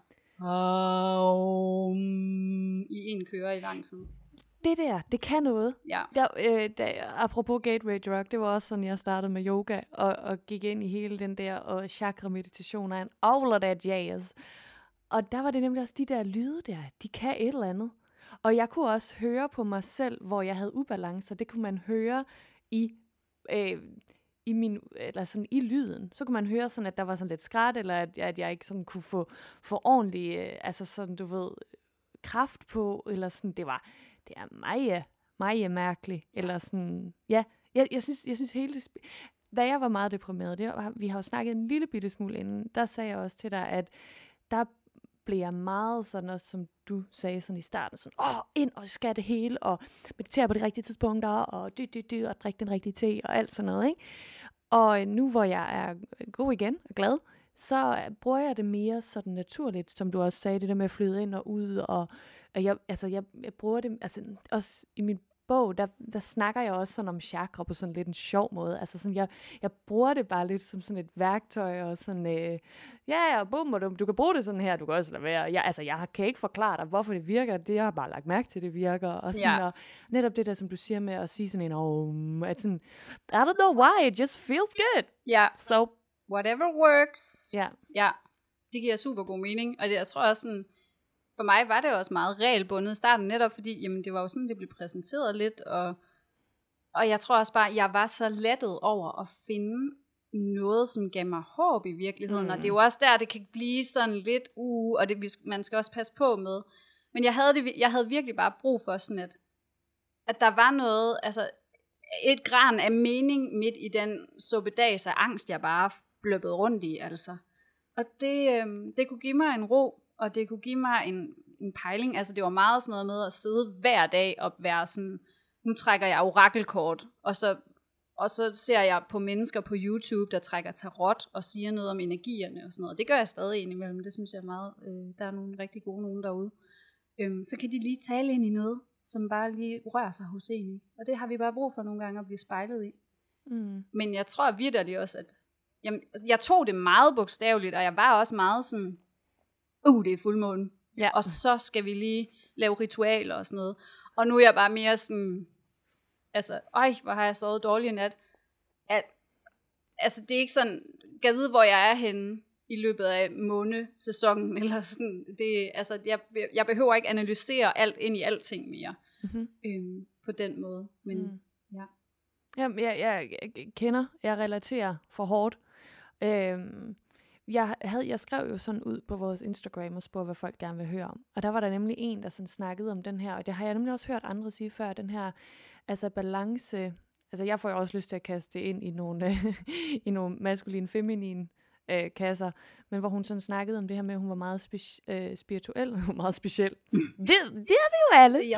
um, i en kører i lang tid. Det der, det kan noget. Ja. Der, øh, der, apropos Gateway Drug, det var også sådan, jeg startede med yoga, og, og gik ind i hele den der, og chakra-meditation og all of that jazz. Og der var det nemlig også de der lyde der, de kan et eller andet. Og jeg kunne også høre på mig selv, hvor jeg havde ubalancer, det kunne man høre i... Øh, i min eller sådan i lyden, så kunne man høre sådan, at der var sådan lidt skrat, eller at, at jeg ikke sådan kunne få få ordentlig, øh, altså sådan du ved, kraft på, eller sådan det var, det er meget, meget mærkeligt, eller sådan, ja, jeg, jeg synes, jeg synes hele det, da jeg var meget deprimeret, det var, vi har jo snakket en lille bitte smule inden, der sagde jeg også til dig, at der blev jeg meget sådan også, som du sagde sådan i starten, sådan, åh, ind og skal det hele, og meditere på de rigtige tidspunkter, og dy, dy, dy, og drikke den rigtige te, og alt sådan noget, ikke? Og nu, hvor jeg er god igen og glad, så bruger jeg det mere sådan naturligt, som du også sagde, det der med at flyde ind og ud, og, og jeg, altså, jeg, jeg bruger det, altså også i min bog, der, der snakker jeg også sådan om chakra på sådan lidt en sjov måde. Altså sådan, jeg, jeg bruger det bare lidt som sådan et værktøj, og sådan, øh, ja, og bum, og du, du kan bruge det sådan her, du kan også lade være. Jeg, altså, jeg kan ikke forklare dig, hvorfor det virker, det jeg har bare lagt mærke til, det virker. Og, sådan, ja. og netop det der, som du siger med at sige sådan en, oh, at sådan, I don't know why, it just feels good. Ja, so, whatever works. Ja. Ja, det giver super god mening, og det, jeg tror også sådan, for mig var det også meget regelbundet i starten, netop fordi, jamen det var jo sådan, det blev præsenteret lidt, og, og jeg tror også bare, jeg var så lettet over at finde noget, som gav mig håb i virkeligheden, mm. og det er jo også der, det kan blive sådan lidt, uh, og det, man skal også passe på med, men jeg havde, det, jeg havde virkelig bare brug for sådan, at, at der var noget, altså et gran af mening midt i den suppedags af angst, jeg bare bløbbede rundt i, altså. Og det, øh, det kunne give mig en ro, og det kunne give mig en, en pejling. Altså det var meget sådan noget med at sidde hver dag og være sådan, nu trækker jeg orakelkort, og så, og så ser jeg på mennesker på YouTube, der trækker tarot og siger noget om energierne og sådan noget. Det gør jeg stadig indimellem, det synes jeg er meget, øh, der er nogle rigtig gode nogen derude. Øhm, så kan de lige tale ind i noget, som bare lige rører sig hos en, ikke? Og det har vi bare brug for nogle gange at blive spejlet i. Mm. Men jeg tror virkelig også, at jamen, jeg tog det meget bogstaveligt, og jeg var også meget sådan, uh, det er fuldmåne. Ja. Og så skal vi lige lave ritualer og sådan noget. Og nu er jeg bare mere sådan, altså, øj, hvor har jeg sovet dårligt i nat. At, altså, det er ikke sådan, kan vide, hvor jeg er henne i løbet af månesæsonen, eller sådan, det, altså, jeg, jeg behøver ikke analysere alt ind i alting mere, mm-hmm. øhm, på den måde. Men, mm. ja. Jamen, jeg, jeg, jeg kender, jeg relaterer for hårdt. Øhm, jeg, havde, jeg skrev jo sådan ud på vores Instagram og spurgte, hvad folk gerne vil høre om. Og der var der nemlig en, der sådan snakkede om den her, og det har jeg nemlig også hørt andre sige før, den her altså balance. Altså jeg får jo også lyst til at kaste det ind i nogle, i nogle maskuline, feminine øh, kasser, men hvor hun sådan snakkede om det her med, at hun var meget spe- øh, spirituel, hun var meget speciel. det, det er vi jo alle. Ja.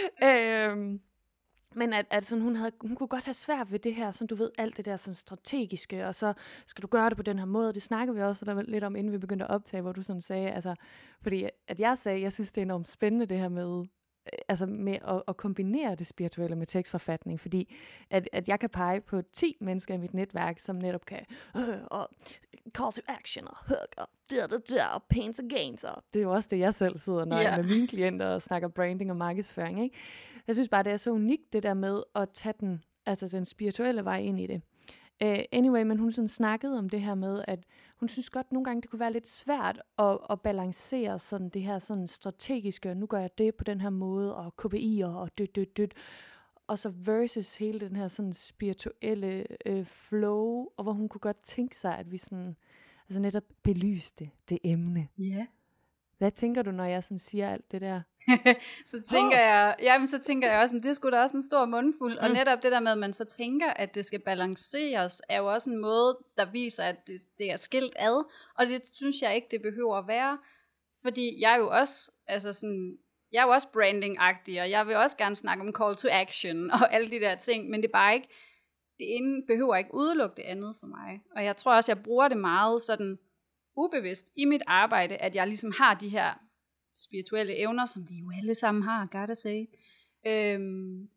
øhm, Men at, at sådan, hun, havde, hun kunne godt have svært ved det her, sådan, du ved, alt det der sådan strategiske, og så skal du gøre det på den her måde. Det snakker vi også der lidt om, inden vi begyndte at optage, hvor du sådan sagde, altså, fordi at jeg sagde, jeg synes, det er enormt spændende det her med, altså med at, at kombinere det spirituelle med tekstforfatning, fordi at, at jeg kan pege på ti mennesker i mit netværk, som netop kan øh, og call to action, og hug, og der, der, der, og pains and gains, og det er jo også det, jeg selv sidder når yeah. med mine klienter og snakker branding og markedsføring, ikke? Jeg synes bare, det er så unikt, det der med at tage den, altså den spirituelle vej ind i det. Uh, anyway, men hun sådan snakkede om det her med, at hun synes godt, nogle gange det kunne være lidt svært at, at balancere sådan det her sådan strategiske, nu gør jeg det på den her måde, og K P I'er, og dødt, dødt, dødt, og så versus hele den her sådan spirituelle øh, flow, og hvor hun kunne godt tænke sig, at vi sådan, altså netop belyste det emne. Ja. Yeah. Hvad tænker du, når jeg sådan siger alt det der? så tænker oh. jeg, jamen så tænker jeg også, men det skulle da også en stor mundfuld, mm. og netop det der med, at man så tænker, at det skal balanceres, er jo også en måde, der viser, at det, det er skilt ad, og det synes jeg ikke, det behøver at være, fordi jeg jo også, altså sådan, jeg er jo også branding-agtig, og jeg vil også gerne snakke om call to action og alle de der ting, men det er bare ikke, det ene behøver ikke udelukke det andet for mig. Og jeg tror også, jeg bruger det meget sådan ubevidst i mit arbejde, at jeg ligesom har de her spirituelle evner, som vi jo alle sammen har, gotta say. Øhm,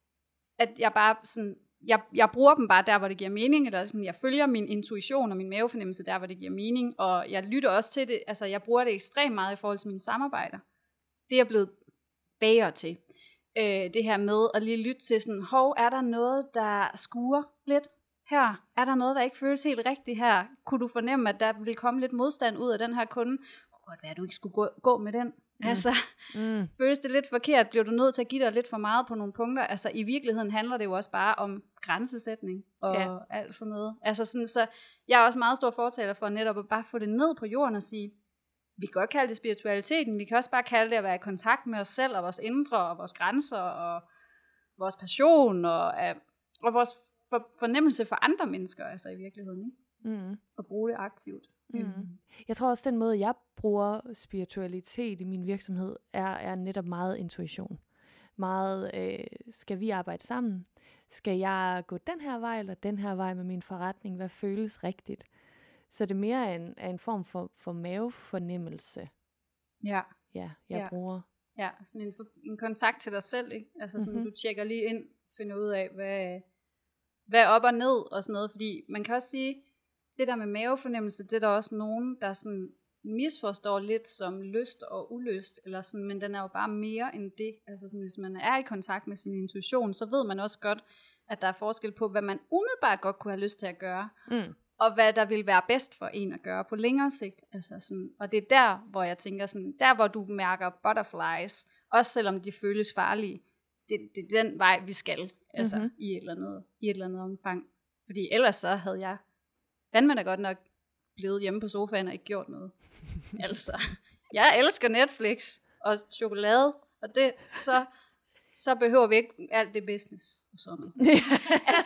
at jeg bare sådan, jeg, jeg bruger dem bare der, hvor det giver mening, eller sådan, jeg følger min intuition og min mavefornemmelse der, hvor det giver mening, og jeg lytter også til det, altså jeg bruger det ekstremt meget i forhold til mine samarbejder. Det er jeg blevet bedre til. Øh, det her med at lige lytte til sådan, hov, er der noget, der skuer lidt her? Er der noget, der ikke føles helt rigtigt her? Kunne du fornemme, at der vil komme lidt modstand ud af den her kunde? Det kunne godt være, at du ikke skulle gå, gå med den. Mm. Altså, mm. føles det lidt forkert? Bliver du nødt til at give dig lidt for meget på nogle punkter? Altså, i virkeligheden handler det jo også bare om grænsesætning og ja. alt sådan noget. Altså, sådan, så jeg er også meget stor fortaler for netop at bare få det ned på jorden og sige, vi kan godt kalde det spiritualiteten, vi kan også bare kalde det at være i kontakt med os selv og vores indre og vores grænser og vores passion og, og vores for, fornemmelse for andre mennesker, altså i virkeligheden, ikke? Mm. Og bruge det aktivt. Mm. Mm. Jeg tror også, den måde, jeg bruger spiritualitet i min virksomhed, er, er netop meget intuition. Meget, øh, skal vi arbejde sammen? Skal jeg gå den her vej eller den her vej med min forretning? Hvad føles rigtigt? Så det er mere en, en form for, for mavefornemmelse, ja. Ja, jeg ja. bruger. Ja, sådan en, for, en kontakt til dig selv, ikke? Altså sådan, mm-hmm. du tjekker lige ind, finder ud af, hvad, hvad er op og ned og sådan noget, fordi man kan også sige, det der med mavefornemmelse, det er der også nogen, der sådan misforstår lidt som lyst og ulyst, eller sådan, men den er jo bare mere end det. Altså sådan, hvis man er i kontakt med sin intuition, så ved man også godt, at der er forskel på, hvad man umiddelbart godt kunne have lyst til at gøre, mm. og hvad der vil være bedst for en at gøre på længere sigt. Altså sådan, og det er der, hvor jeg tænker, sådan, der hvor du mærker butterflies, også selvom de føles farlige, det, det er den vej, vi skal, altså mm-hmm. i, et eller andet, i et eller andet omfang. Fordi ellers så havde jeg fandme da godt nok blevet hjemme på sofaen og ikke gjort noget. Altså, jeg elsker Netflix og chokolade, og det, så, så behøver vi ikke alt det business og sådan noget. Altså,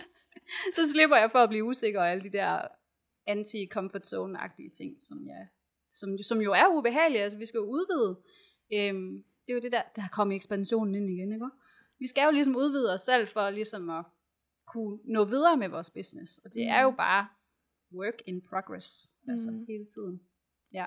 så slipper jeg for at blive usikker og alle de der anti-comfort zone-agtige ting, som, jeg, som, som jo er ubehagelige. Altså, vi skal jo udvide. Øhm, det er jo det der, der kommer ekspansionen ind igen, ikke? Vi skal jo ligesom udvide os selv for ligesom at kunne nå videre med vores business. Og det mm. er jo bare work in progress, mm. altså hele tiden. Ja.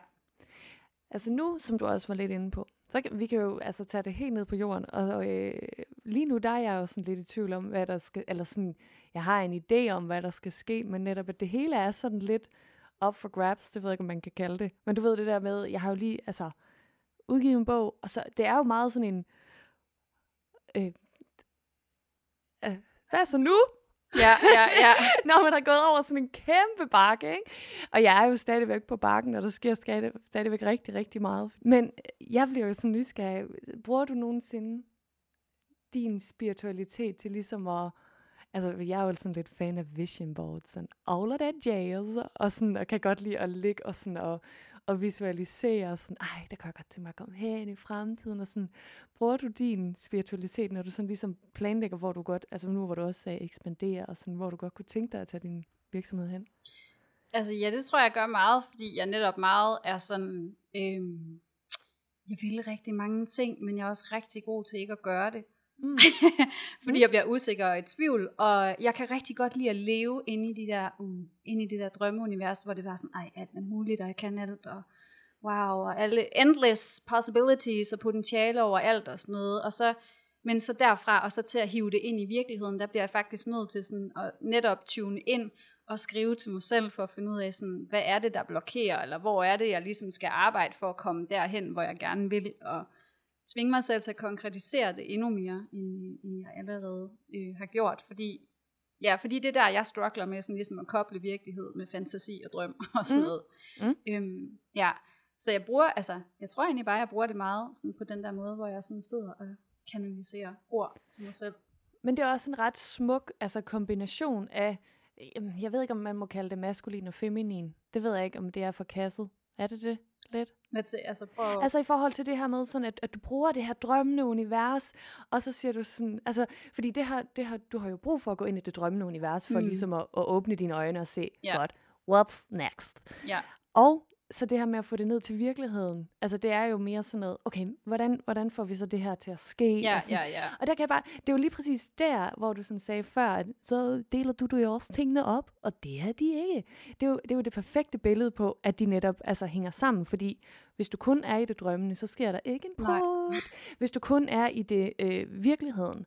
Altså nu, som du også var lidt inde på, så kan, vi kan jo altså tage det helt ned på jorden, og øh, lige nu der er jeg jo sådan lidt i tvivl om, hvad der skal, eller sådan, jeg har en idé om, hvad der skal ske, men netop at det hele er sådan lidt up for grabs, det ved jeg ikke, om man kan kalde det, men du ved det der med, jeg har jo lige, altså, udgivet en bog, og så, det er jo meget sådan en, øh, øh, hvad så nu? Ja, ja, ja. Når man har gået over sådan en kæmpe bakke, ikke? Og jeg er jo stadigvæk på bakken, og der sker stadig, stadigvæk rigtig, rigtig meget. Men jeg bliver jo sådan nysgerrig. Bruger du nogensinde din spiritualitet til ligesom at... Altså, jeg er jo sådan lidt fan af vision boards, sådan all of that jazz, og sådan, og kan godt lide at ligge og sådan, og, og visualisere, og sådan, ej, der kan jeg godt til mig at komme hen i fremtiden, og sådan, bruger du din spiritualitet, når du sådan ligesom planlægger, hvor du godt, altså nu hvor du også sagde ekspandere, og sådan, hvor du godt kunne tænke dig at tage din virksomhed hen? Altså, ja, det tror jeg, jeg gør meget, fordi jeg netop meget er sådan, øhm, jeg vil rigtig mange ting, men jeg er også rigtig god til ikke at gøre det. Mm. Fordi mm. jeg bliver usikker og i tvivl, og jeg kan rigtig godt lide at leve inde i de der, uh, inde i det der drømmeunivers, hvor det var sådan, ej, alt er muligt, og jeg kan alt, og wow, og alle endless possibilities og potentiale over alt og sådan noget, og så, men så derfra, og så til at hive det ind i virkeligheden, der bliver jeg faktisk nødt til sådan at netop tune ind, og skrive til mig selv, for at finde ud af sådan, hvad er det, der blokerer, eller hvor er det, jeg ligesom skal arbejde for at komme derhen, hvor jeg gerne vil, og tvinge mig selv til at konkretisere det endnu mere, end, end jeg allerede øh, har gjort, fordi, ja, fordi det der, jeg struggler med, sådan ligesom at koble virkelighed med fantasi og drøm og sådan mm. noget. Mm. Øhm, ja, så jeg bruger, altså, jeg tror egentlig bare, jeg bruger det meget sådan på den der måde, hvor jeg sådan sidder og kanaliserer ord til mig selv. Men det er også en ret smuk altså kombination af, jeg ved ikke, om man må kalde det maskulin og feminin. Det ved jeg ikke, om det er forkastet. Er det det? Lidt? Hvad til, altså, prøv... altså i forhold til det her med, sådan at, at du bruger det her drømmende univers, og så siger du sådan, altså, fordi det her, det her, du har jo brug for at gå ind i det drømmende univers, for mm. ligesom at, at åbne dine øjne og se, yeah. godt, what's next? Yeah. Og så det her med at få det ned til virkeligheden, altså det er jo mere sådan noget, okay, hvordan, hvordan får vi så det her til at ske? Ja, og, sådan, ja, ja. og der kan jeg bare, det er jo lige præcis der, hvor du sådan sagde før, at så deler du, du jo også tingene op, og det er de ikke. Det er, jo, det er jo det perfekte billede på, at de netop altså, hænger sammen, fordi hvis du kun er i det drømmende, så sker der ikke en prøv. Hvis du kun er i det øh, virkeligheden,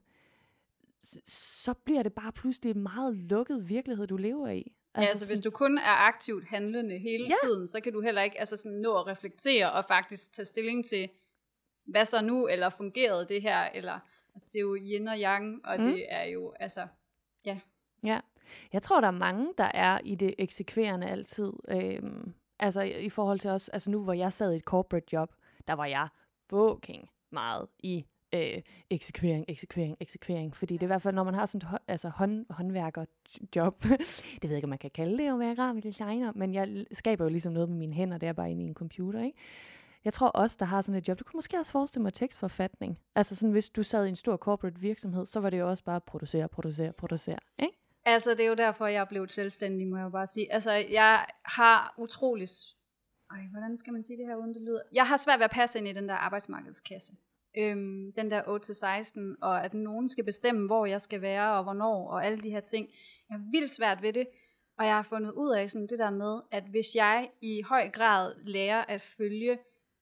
så bliver det bare pludselig en meget lukket virkelighed, du lever i. Altså, ja, altså hvis du kun er aktivt handlende hele ja. tiden, så kan du heller ikke altså sådan nå at reflektere og faktisk tage stilling til, hvad så nu, eller fungerede det her, eller altså det er jo yin og yang, og mm. det er jo, altså, ja. Ja, jeg tror, der er mange, der er i det eksekverende altid. Øhm, altså i forhold til os, altså nu hvor jeg sad i et corporate job, der var jeg fucking meget i Øh, eksekvering, eksekvering, eksekvering. Fordi det er i hvert fald, når man har sådan et altså hånd, håndværkerjob, det ved jeg ikke, om man kan kalde det at være grafisk designer, men jeg skaber jo ligesom noget med mine hænder, det er bare inde i en computer, ikke? Jeg tror også, der har sådan et job, du kunne måske også forestille mig tekstforfatning. Altså sådan, hvis du sad i en stor corporate virksomhed, så var det jo også bare producere, producere, producere, ikke? Altså, det er jo derfor, jeg er blevet selvstændig, må jeg jo bare sige. Altså, jeg har utrolig... Ej, hvordan skal man sige det her, uden det lyder? Jeg har svært ved at passe ind i den der arbejdsmarkedskasse. Øhm, den der otte til seksten, og at nogen skal bestemme, hvor jeg skal være, og hvornår, og alle de her ting. Jeg har vildt svært ved det, og jeg har fundet ud af sådan det der med, at hvis jeg i høj grad lærer at følge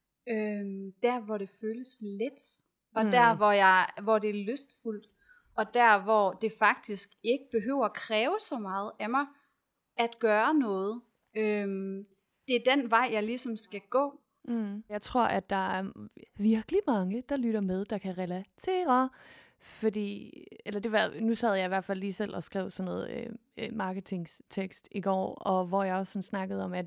øhm, der, hvor det føles let, og mm. der, hvor, jeg, hvor det er lystfuldt, og der, hvor det faktisk ikke behøver at kræve så meget af mig, at gøre noget. Øhm, det er den vej, jeg ligesom skal gå. Mm. Jeg tror, at der er virkelig mange, der lytter med, der kan relatere, fordi, eller det var, nu sad jeg i hvert fald lige selv og skrev sådan noget øh, marketingstekst i går, og hvor jeg også sådan snakkede om, at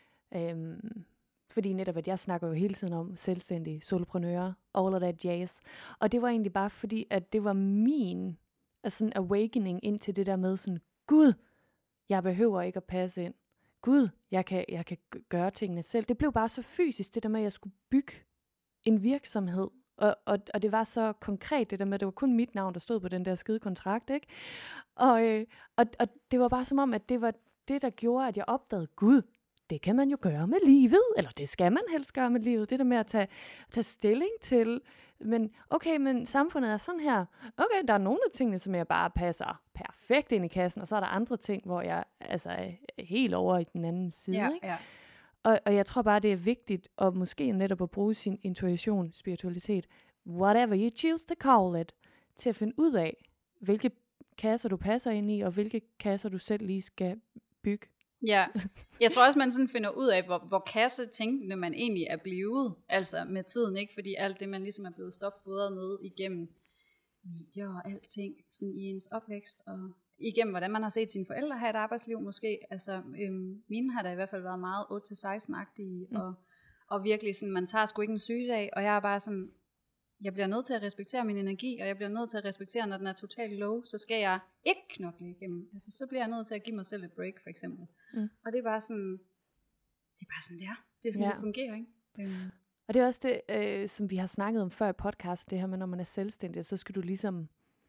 øh, fordi netop, at jeg snakker jo hele tiden om selvstændige soloprenører, all of that jazz, og det var egentlig bare fordi, at det var min altså sådan awakening ind til det der med sådan, Gud, jeg behøver ikke at passe ind. Gud, jeg kan, jeg kan gøre tingene selv. Det blev bare så fysisk, det der med, at jeg skulle bygge en virksomhed. Og, og, og det var så konkret, det der med, at det var kun mit navn, der stod på den der skide kontrakt, ikke? Og, øh, og, og det var bare som om, at det var det, der gjorde, at jeg opdagede, Gud, det kan man jo gøre med livet, eller det skal man helst gøre med livet. Det der med at tage, tage stilling til, men okay, men samfundet er sådan her. Okay, der er nogle af tingene, som jeg bare passer perfekt ind i kassen, og så er der andre ting, hvor jeg altså er helt over i den anden side. Ja, ikke? ja. Og, og jeg tror bare, det er vigtigt, at måske netop at bruge sin intuition, spiritualitet, whatever you choose to call it, til at finde ud af, hvilke kasser du passer ind i, og hvilke kasser du selv lige skal bygge. Ja, jeg tror også, man sådan finder ud af, hvor, hvor kassetænkende man egentlig er blevet, altså med tiden, ikke? Fordi alt det, man ligesom er blevet stopfodret med igennem videoer og alting, sådan i ens opvækst, og igennem, hvordan man har set sine forældre have et arbejdsliv måske. Altså, øhm, mine har da i hvert fald været meget otte til seksten-agtige, mm. og, og virkelig sådan, man tager sgu ikke en sygedag, og jeg er bare sådan, jeg bliver nødt til at respektere min energi, og jeg bliver nødt til at respektere, når den er totalt low, så skal jeg ikke knokle igennem. Altså, så bliver jeg nødt til at give mig selv et break, for eksempel. Mm. Og det er bare sådan, det er bare sådan, det er. Det er sådan, ja. Det fungerer, ikke? Um. Og det er også det, øh, som vi har snakket om før i podcast, det her med, når man er selvstændig, så skal du ligesom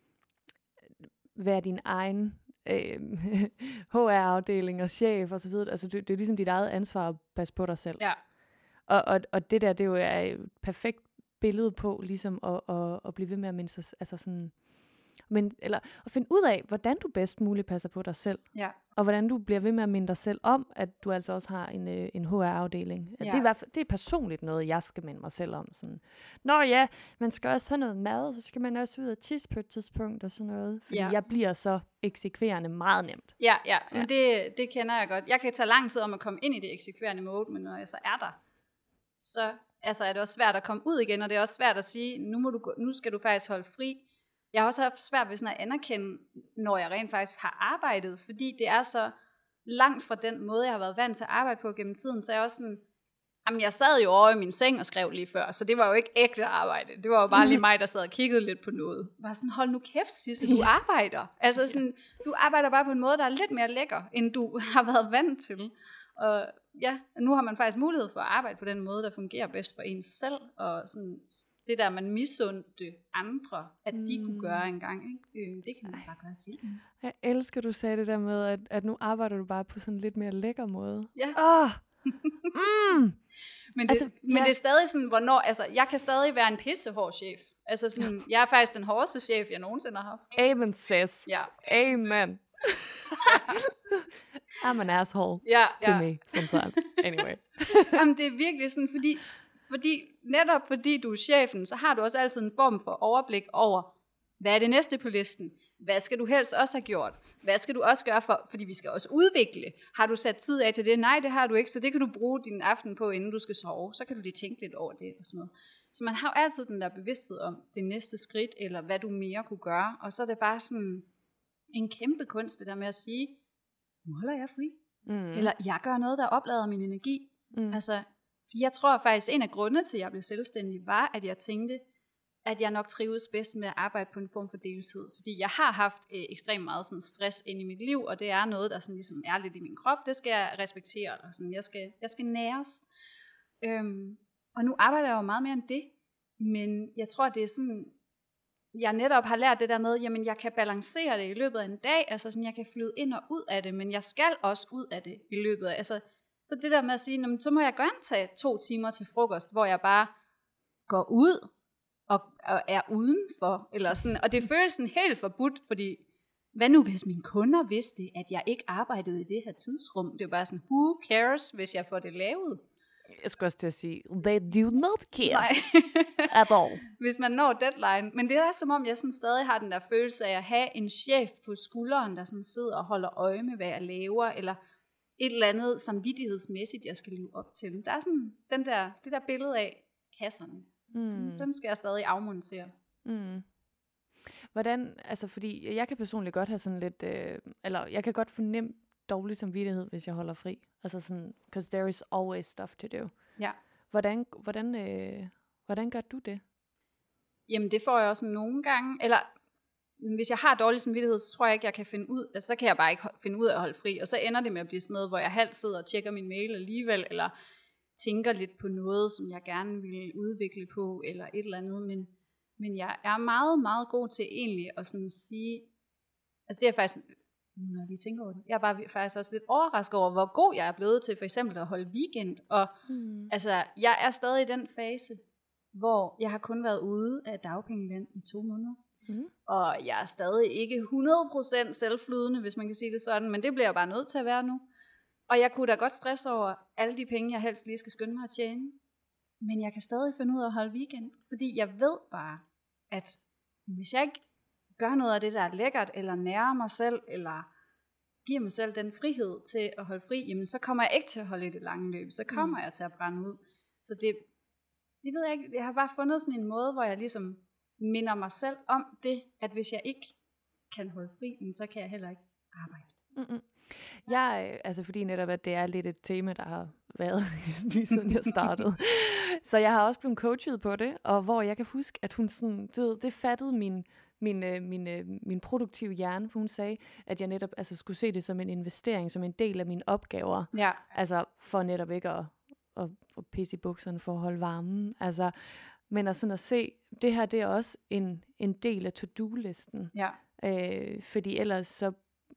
være din egen øh, H R-afdeling og chef og så videre. Altså, det, det er ligesom dit eget ansvar at passe på dig selv. Ja. Og, og, og det der, det er jo et perfekt billede på, ligesom at, at, at blive ved med at minde sig, altså sådan, men, eller at finde ud af, hvordan du bedst muligt passer på dig selv. Ja. Og hvordan du bliver ved med at minde dig selv om, at du altså også har en, en H R-afdeling. Ja. Det, er i hvert fald, det er personligt noget, jeg skal minde mig selv om. Sådan. Nå ja, man skal også have noget mad, og så skal man også ud og tisse på et tidspunkt og sådan noget. Fordi ja. Jeg bliver så eksekverende meget nemt. Ja, ja. ja. Men det, det kender jeg godt. Jeg kan tage lang tid om at komme ind i det eksekverende mode, men når jeg så er der, så altså, er det også svært at komme ud igen, og det er også svært at sige, nu, må du gå, nu skal du faktisk holde fri. Jeg har også haft svært ved sådan at anerkende, når jeg rent faktisk har arbejdet, fordi det er så langt fra den måde, jeg har været vant til at arbejde på gennem tiden, så jeg også sådan, jamen jeg sad jo over i min seng og skrev lige før, så det var jo ikke ægte arbejde, det var jo bare lige mig, der sad og kiggede lidt på noget. Bare sådan, hold nu kæft, Sisse, du arbejder. Altså sådan, du arbejder bare på en måde, der er lidt mere lækker, end du har været vant til. Og ja, nu har man faktisk mulighed for at arbejde på den måde, der fungerer bedst for en selv, og sådan det der, man misundte andre, at de mm. kunne gøre engang, ikke? Det kan man Ej. bare gøre selv. Jeg elsker, du sagde det der med, at, at nu arbejder du bare på sådan en lidt mere lækker måde. Ja. Åh, mm. Men, det, Altså, altså, men ja. det er stadig sådan, hvornår, altså, jeg kan stadig være en pissehård chef. Altså sådan, jeg er faktisk den hårdeste chef, jeg nogensinde har haft. Amen, sis. Ja. Amen. I'm an asshole Ja, to ja. me sometimes. Anyway. Jamen, det er virkelig sådan, fordi, fordi, netop fordi du er chefen, så har du også altid en form for overblik over, hvad er det næste på listen? Hvad skal du helst også have gjort? Hvad skal du også gøre for, fordi vi skal også udvikle. Har du sat tid af til det? Nej, det har du ikke, så det kan du bruge din aften på, inden du skal sove. Så kan du lige tænke lidt over det og sådan noget. Så man har jo altid den der bevidsthed om det næste skridt, eller hvad du mere kunne gøre. Og så er det bare sådan en kæmpe kunst, det der med at sige, nu holder jeg fri. Mm. Eller jeg gør noget, der oplader min energi. Mm. Altså, jeg tror faktisk, en af grundene til, at jeg blev selvstændig, var, at jeg tænkte, at jeg nok trives bedst med at arbejde på en form for deltid. Fordi jeg har haft øh, ekstremt meget sådan stress ind i mit liv, og det er noget, der sådan ligesom er lidt i min krop. Det skal jeg respektere, og sådan, jeg, skal, jeg skal næres. Øhm, og nu arbejder jeg jo meget mere end det. Men jeg tror, det er sådan, jeg netop har lært det der med, jamen jeg kan balancere det i løbet af en dag, altså sådan, jeg kan flyde ind og ud af det, men jeg skal også ud af det i løbet af, altså, så det der med at sige, så må jeg gerne tage to timer til frokost, hvor jeg bare går ud, Og, og er udenfor, eller sådan, og det føles sådan helt forbudt, fordi, hvad nu hvis mine kunder vidste, at jeg ikke arbejdede i det her tidsrum? Det er bare sådan, who cares, hvis jeg får det lavet? Jeg skulle også til at sige, they do not care. Nej. At all. Hvis man når deadline. Men det er som om, jeg sådan stadig har den der følelse af at have en chef på skulderen, der sådan sidder og holder øje med, hvad jeg laver, eller et eller andet samvittighedsmæssigt, jeg skal leve op til. Der er sådan den der, det der billede af kasserne. Mm. Dem skal jeg stadig afmontere. Mm. Hvordan, altså fordi jeg kan personligt godt have sådan lidt, øh, eller jeg kan godt fornemme dårlig samvittighed, hvis jeg holder fri. Altså sådan, because there is always stuff to do. Ja. Hvordan, hvordan, øh, hvordan gør du det? Jamen det får jeg også nogle gange, eller hvis jeg har dårlig samvittighed, så tror jeg ikke, jeg kan finde ud, altså så kan jeg bare ikke finde ud af at holde fri, og så ender det med at blive sådan noget, hvor jeg halvt sidder og tjekker min mail alligevel, eller tænker lidt på noget, som jeg gerne vil udvikle på, eller et eller andet, men, men jeg er meget, meget god til egentlig at sådan sige, altså det er faktisk, når jeg lige tænker over det, jeg er bare faktisk også lidt overrasket over, hvor god jeg er blevet til for eksempel at holde weekend, og mm. altså, jeg er stadig i den fase, hvor jeg har kun været ude af dagpengeland i to måneder, mm. og jeg er stadig ikke hundrede procent selvflydende, hvis man kan sige det sådan, men det bliver jeg bare nødt til at være nu. Og jeg kunne da godt stresse over alle de penge, jeg helst lige skal skynde mig at tjene. Men jeg kan stadig finde ud af at holde weekend. Fordi jeg ved bare, at hvis jeg ikke gør noget af det, der er lækkert, eller nærer mig selv, eller giver mig selv den frihed til at holde fri, jamen så kommer jeg ikke til at holde i det lange løb. Så kommer mm. jeg til at brænde ud. Så det, det ved jeg ikke. Jeg har bare fundet sådan en måde, hvor jeg ligesom minder mig selv om det, at hvis jeg ikke kan holde fri, så kan jeg heller ikke arbejde. Mm-mm. Jeg, altså fordi netop, at det er lidt et tema, der har været lige siden jeg startede. Så jeg har også blevet coachet på det, og hvor jeg kan huske, at hun sådan, du ved, det fattede min, min, min, min produktive hjerne, for hun sagde, at jeg netop altså, skulle se det som en investering, som en del af mine opgaver. Ja. Altså for netop ikke at, at, at pisse i bukserne for at holde varmen. Altså, men at sådan at se, det her, det er også en, en del af to-do-listen. Ja. Øh, fordi ellers så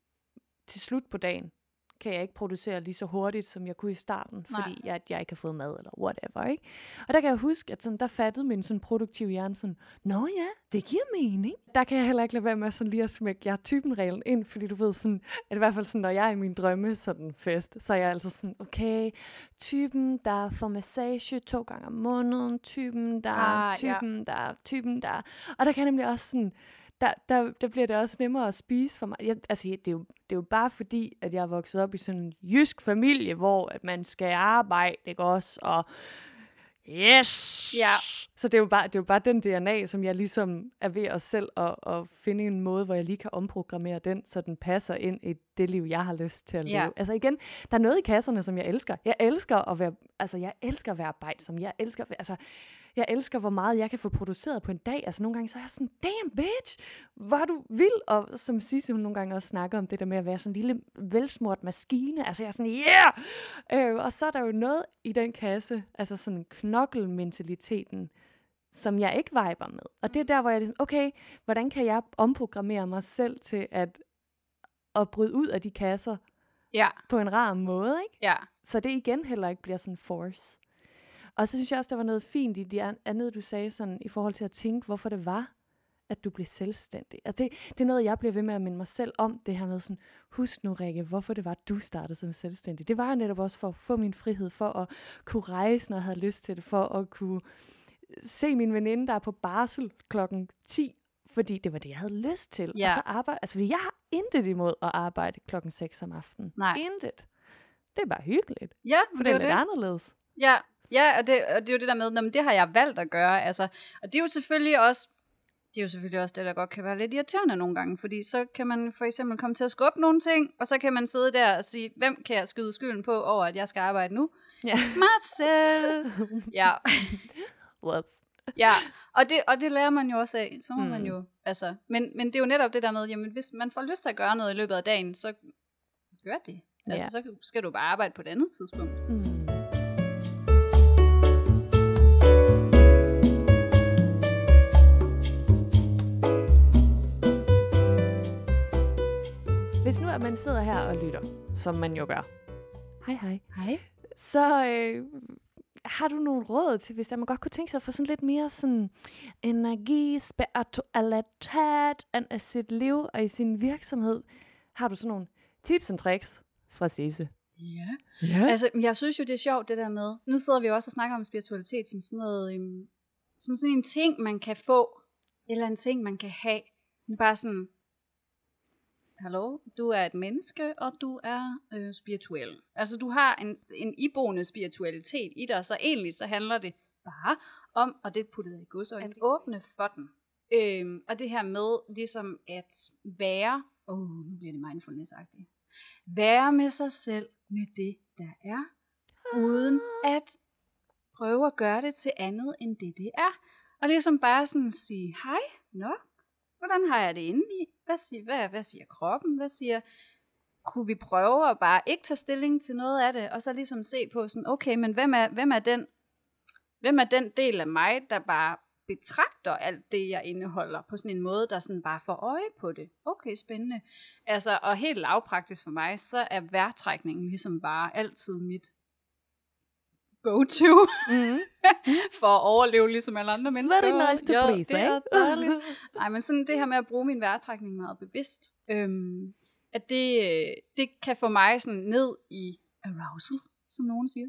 til slut på dagen, kan jeg ikke producere lige så hurtigt, som jeg kunne i starten, Nej. fordi jeg, jeg ikke har fået mad, eller whatever, ikke? Og der kan jeg huske, at sådan, der fattede min sådan produktive hjerne sådan, nå ja, det giver mening. Der kan jeg heller ikke lade være med sådan lige at smække jeg typen-reglen ind, fordi du ved sådan, at i hvert fald sådan, når jeg er i min drømme sådan fest, så er jeg altså sådan, okay, typen, der får massage to gange om måneden, typen, der ah, typen, ja. der typen, der og der kan jeg nemlig også sådan, Der, der, der bliver det også nemmere at spise for mig. Jeg, altså, det er, jo, det er jo bare fordi, at jeg er vokset op i sådan en jysk familie, hvor at man skal arbejde, ikke også? Og yes! Ja. Så det er, jo bare, det er jo bare den D N A, som jeg ligesom er ved os selv at, at finde en måde, hvor jeg lige kan omprogrammere den, så den passer ind i det liv, jeg har lyst til at leve. Ja. Altså igen, der er noget i kasserne, som jeg elsker. Jeg elsker at være, altså jeg elsker at være arbejdsom. Jeg elsker, altså Jeg elsker, hvor meget jeg kan få produceret på en dag. Altså nogle gange så er jeg sådan, damn bitch, hvor er du vild. Og som Sisse, hun nogle gange også snakker om det der med at være sådan en lille velsmurt maskine. Altså jeg er sådan, yeah! Øh, og så er der jo noget i den kasse, altså sådan knokkelmentaliteten, som jeg ikke viber med. Og det er der, hvor jeg er sådan, okay, hvordan kan jeg omprogrammere mig selv til at, at bryde ud af de kasser, Ja. På en rar måde, ikke? Ja. Så det igen heller ikke bliver sådan force. Og så synes jeg også, der var noget fint i det andet, du sagde sådan, i forhold til at tænke, hvorfor det var, at du blev selvstændig. Altså det, det er noget, jeg bliver ved med at minde mig selv om, det her med sådan, husk nu, Rikke, hvorfor det var, du startede som selvstændig. Det var netop også for at få min frihed, for at kunne rejse, når jeg havde lyst til det, for at kunne se min veninde, der er på barsel klokken ti, fordi det var det, jeg havde lyst til. Ja. Og så arbejde, altså fordi jeg har intet imod at arbejde klokken seks om aftenen. Nej. Intet. Det er bare hyggeligt. Ja, For det det er er jo lidt det. anderledes. Ja, ja og, det, og det er jo det der med, jamen, det har jeg valgt at gøre. Altså, og det er jo selvfølgelig også, det er jo selvfølgelig også det, der godt kan være lidt irriterende nogle gange, fordi så kan man for eksempel komme til at skubbe nogle ting, og så kan man sidde der og sige, hvem kan jeg skyde skylden på over, at jeg skal arbejde nu? Ja. Mig selv! Ja. Whoops. Ja, og det, og det lærer man jo også af. Så må mm. man Mm. jo, altså, men, men det er jo netop det der med, jamen hvis man får lyst til at gøre noget i løbet af dagen, så gør det. Altså, Ja. så skal du bare arbejde på et andet tidspunkt. Mm. Hvis nu at man sidder her og lytter, som man jo gør, hej hej, Hej. så øh, har du nogle råd til, hvis der man godt kunne tænke sig at få sådan lidt mere sådan energi, spiritualitet af sit liv og i sin virksomhed, har du sådan nogle tips og tricks fra Sisse? Ja. Ja. Altså, jeg synes jo, det er sjovt, det der med. Nu sidder vi jo også og snakker om spiritualitet som sådan noget, um, som sådan en ting, man kan få, eller en ting, man kan have. Det er bare sådan, hallo, du er et menneske, og du er øh, spirituel. Altså, du har en, en iboende spiritualitet i dig, så egentlig så handler det bare om, og det puttede jeg i godsøjne, at åbne for den. Øhm, og det her med ligesom at være, åh, oh, nu bliver det mindfulness-agtigt, være med sig selv med det, der er, uden at prøve at gøre det til andet, end det, det er. Og ligesom bare sådan at sige, hej, nå, hvordan har jeg det inde i? Hvad siger, hvad, hvad siger kroppen? Hvad siger, kunne vi prøve at bare ikke tage stilling til noget af det, og så ligesom se på sådan, okay, men hvem er, hvem er, den, hvem er den del af mig, der bare betragter alt det, jeg indeholder, på sådan en måde, der sådan bare får øje på det. Okay, spændende. Altså, og helt lavpraktisk for mig, så er vejrtrækningen ligesom bare altid mit go-to, Mm. for at overleve ligesom alle andre mennesker. very nice to ja, please, det er eh? dejligt. Nej, men sådan det her med at bruge min vejrtrækning meget bevidst, øhm, at det, det kan få mig sådan ned i arousal, som nogen siger.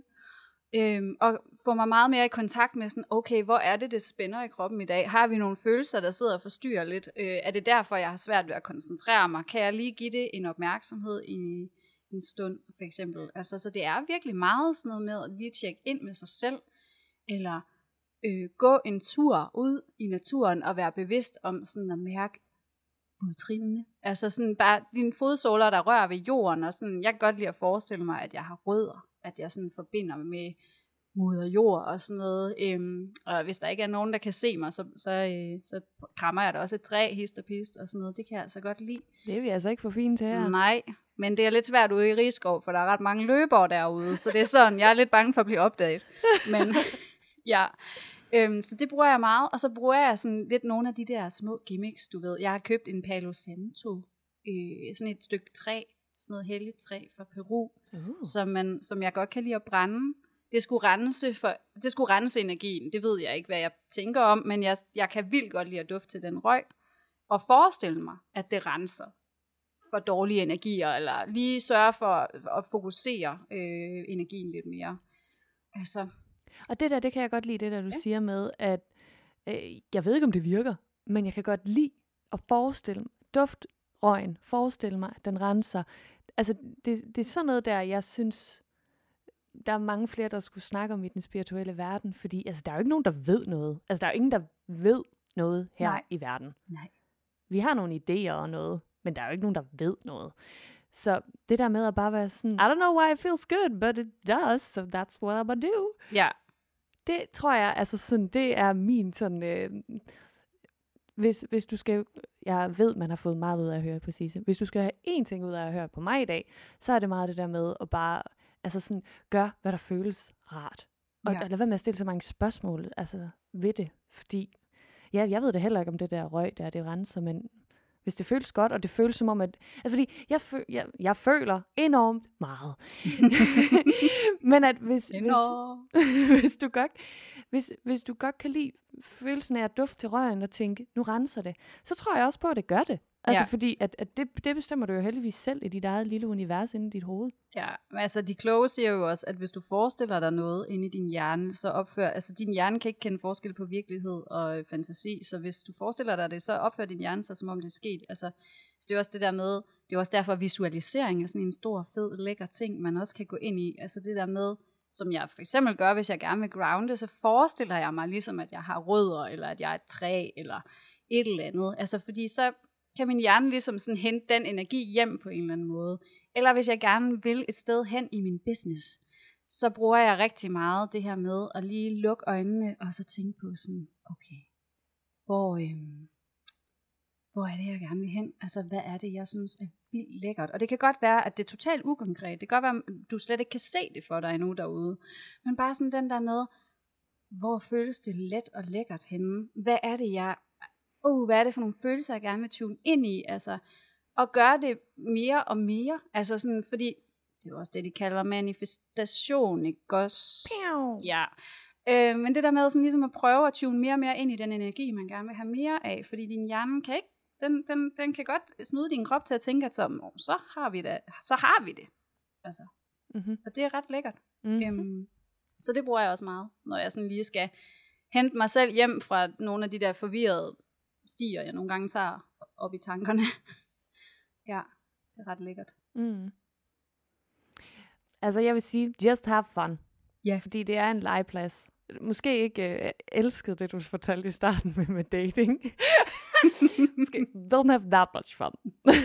Øhm, og få mig meget mere i kontakt med sådan, okay, hvor er det, det spænder i kroppen i dag? Har vi nogle følelser, der sidder og forstyrrer lidt? Øh, er det derfor, jeg har svært ved at koncentrere mig? Kan jeg lige give det en opmærksomhed i en stund, for eksempel? Altså, så det er virkelig meget sådan noget med at lige tjekke ind med sig selv, eller øh, gå en tur ud i naturen og være bevidst om sådan at mærke fodtrinene. Altså sådan bare dine fodsåler, der rører ved jorden, og sådan, jeg kan godt lide at forestille mig, at jeg har rødder, at jeg sådan forbinder med moder jord og sådan noget. Øhm, og hvis der ikke er nogen, der kan se mig, så, så, øh, så krammer jeg da også et træ, hist og pist og sådan noget. Det kan jeg altså godt lide. Det er vi altså ikke for fint til her. Nej, men det er lidt svært ude i Rigskov, for der er ret mange løbere derude, så det er sådan, jeg er lidt bange for at blive opdaget. Men ja, øhm, så det bruger jeg meget, og så bruger jeg sådan lidt nogle af de der små gimmicks, du ved. Jeg har købt en Palo Santo, øh, sådan et stykke træ, sådan noget helligt træ fra Peru, Uh. som, man, som jeg godt kan lide at brænde. Det skulle rense, for, det skulle rense energien. Det ved jeg ikke, hvad jeg tænker om, men jeg, jeg kan vildt godt lide at dufte til den røg, og forestille mig, at det renser for dårlige energier, eller lige sørge for at fokusere øh, energien lidt mere. Altså, Og det der, det kan jeg godt lide, det der du Ja. siger med, at øh, jeg ved ikke, om det virker, men jeg kan godt lide at forestille mig, duftrøgen, forestille mig, at den renser. Altså, det, det er sådan noget der, jeg synes, der er mange flere, der skulle snakke om i den spirituelle verden, fordi altså, der er jo ikke nogen, der ved noget. Altså, der er jo ingen, der ved noget her Nej. i verden. nej. Vi har nogle idéer og noget, men der er jo ikke nogen, der ved noget. Så det der med at bare være sådan, I don't know why it feels good, but it does, so that's what I'm gonna do. Ja, Det tror jeg, altså sådan, det er min sådan, øh, hvis, hvis du skal, jeg ved, man har fået meget ud af at høre på Sisse. Hvis du skal have én ting ud af at høre på mig i dag, så er det meget det der med at bare, altså sådan, gør, hvad der føles rart. Og Ja. ja. lad være med at stille så mange spørgsmål, altså ved det, fordi, ja, jeg ved det heller ikke om det der røg der, det renser, men Hvis det føles godt, og det føles som om, at... Altså fordi, jeg, fø- jeg, jeg føler enormt meget. Men at hvis, hvis, hvis, du godt, hvis, hvis du godt kan lide følelsen af at dufte til røgen og tænke, nu renser det, så tror jeg også på, at det gør det. Altså ja. fordi, at, at det, det bestemmer du jo heldigvis selv i dit eget lille univers inde i dit hoved. Ja, men altså de kloge siger jo også, at hvis du forestiller dig noget inde i din hjerne, så opfører, altså din hjerne kan ikke kende forskel på virkelighed og fantasi, så hvis du forestiller dig det, så opfører din hjerne sig, som om det er sket. Altså, så det er også det der med, det er også derfor visualisering er sådan en stor, fed, lækker ting, man også kan gå ind i. Altså det der med, som jeg for eksempel gør, hvis jeg gerne vil grounde, så forestiller jeg mig ligesom, at jeg har rødder, eller at jeg er et træ, eller et eller andet. Altså fordi så kan min hjerne ligesom sådan hente den energi hjem på en eller anden måde. Eller hvis jeg gerne vil et sted hen i min business, så bruger jeg rigtig meget det her med at lige lukke øjnene, og så tænke på sådan, okay, hvor, øhm, hvor er det, jeg gerne vil hen? Altså, hvad er det, jeg synes er vildt lækkert? Og det kan godt være, at det er totalt ukonkret. Det kan godt være, at du slet ikke kan se det for dig endnu derude. Men bare sådan den der med, hvor føles det let og lækkert henne? Hvad er det, jeg... Uh, hvad er det for nogle følelser, jeg gerne vil tune ind i? Altså, og gøre det mere og mere. Altså sådan, fordi det er jo også det, de kalder manifestation, ikke også? Ja. Øh, men det der med sådan ligesom at prøve at tune mere og mere ind i den energi, man gerne vil have mere af, fordi din hjerne kan ikke, den, den, den kan godt snyde din krop til at tænke, at så, oh, så har vi det. Så har vi det. Altså. Mm-hmm. Og det er ret lækkert. Mm-hmm. Øhm, så det bruger jeg også meget, når jeg sådan lige skal hente mig selv hjem fra nogle af de der forvirrede stiger, jeg nogle gange tager op i tankerne. Ja, det er ret lækkert. Mm. Altså jeg vil sige, just have fun. Ja. Yeah. Fordi det er en legeplads. Måske ikke uh, elskede det, du fortalte i starten med, med dating. Måske, don't have that much fun.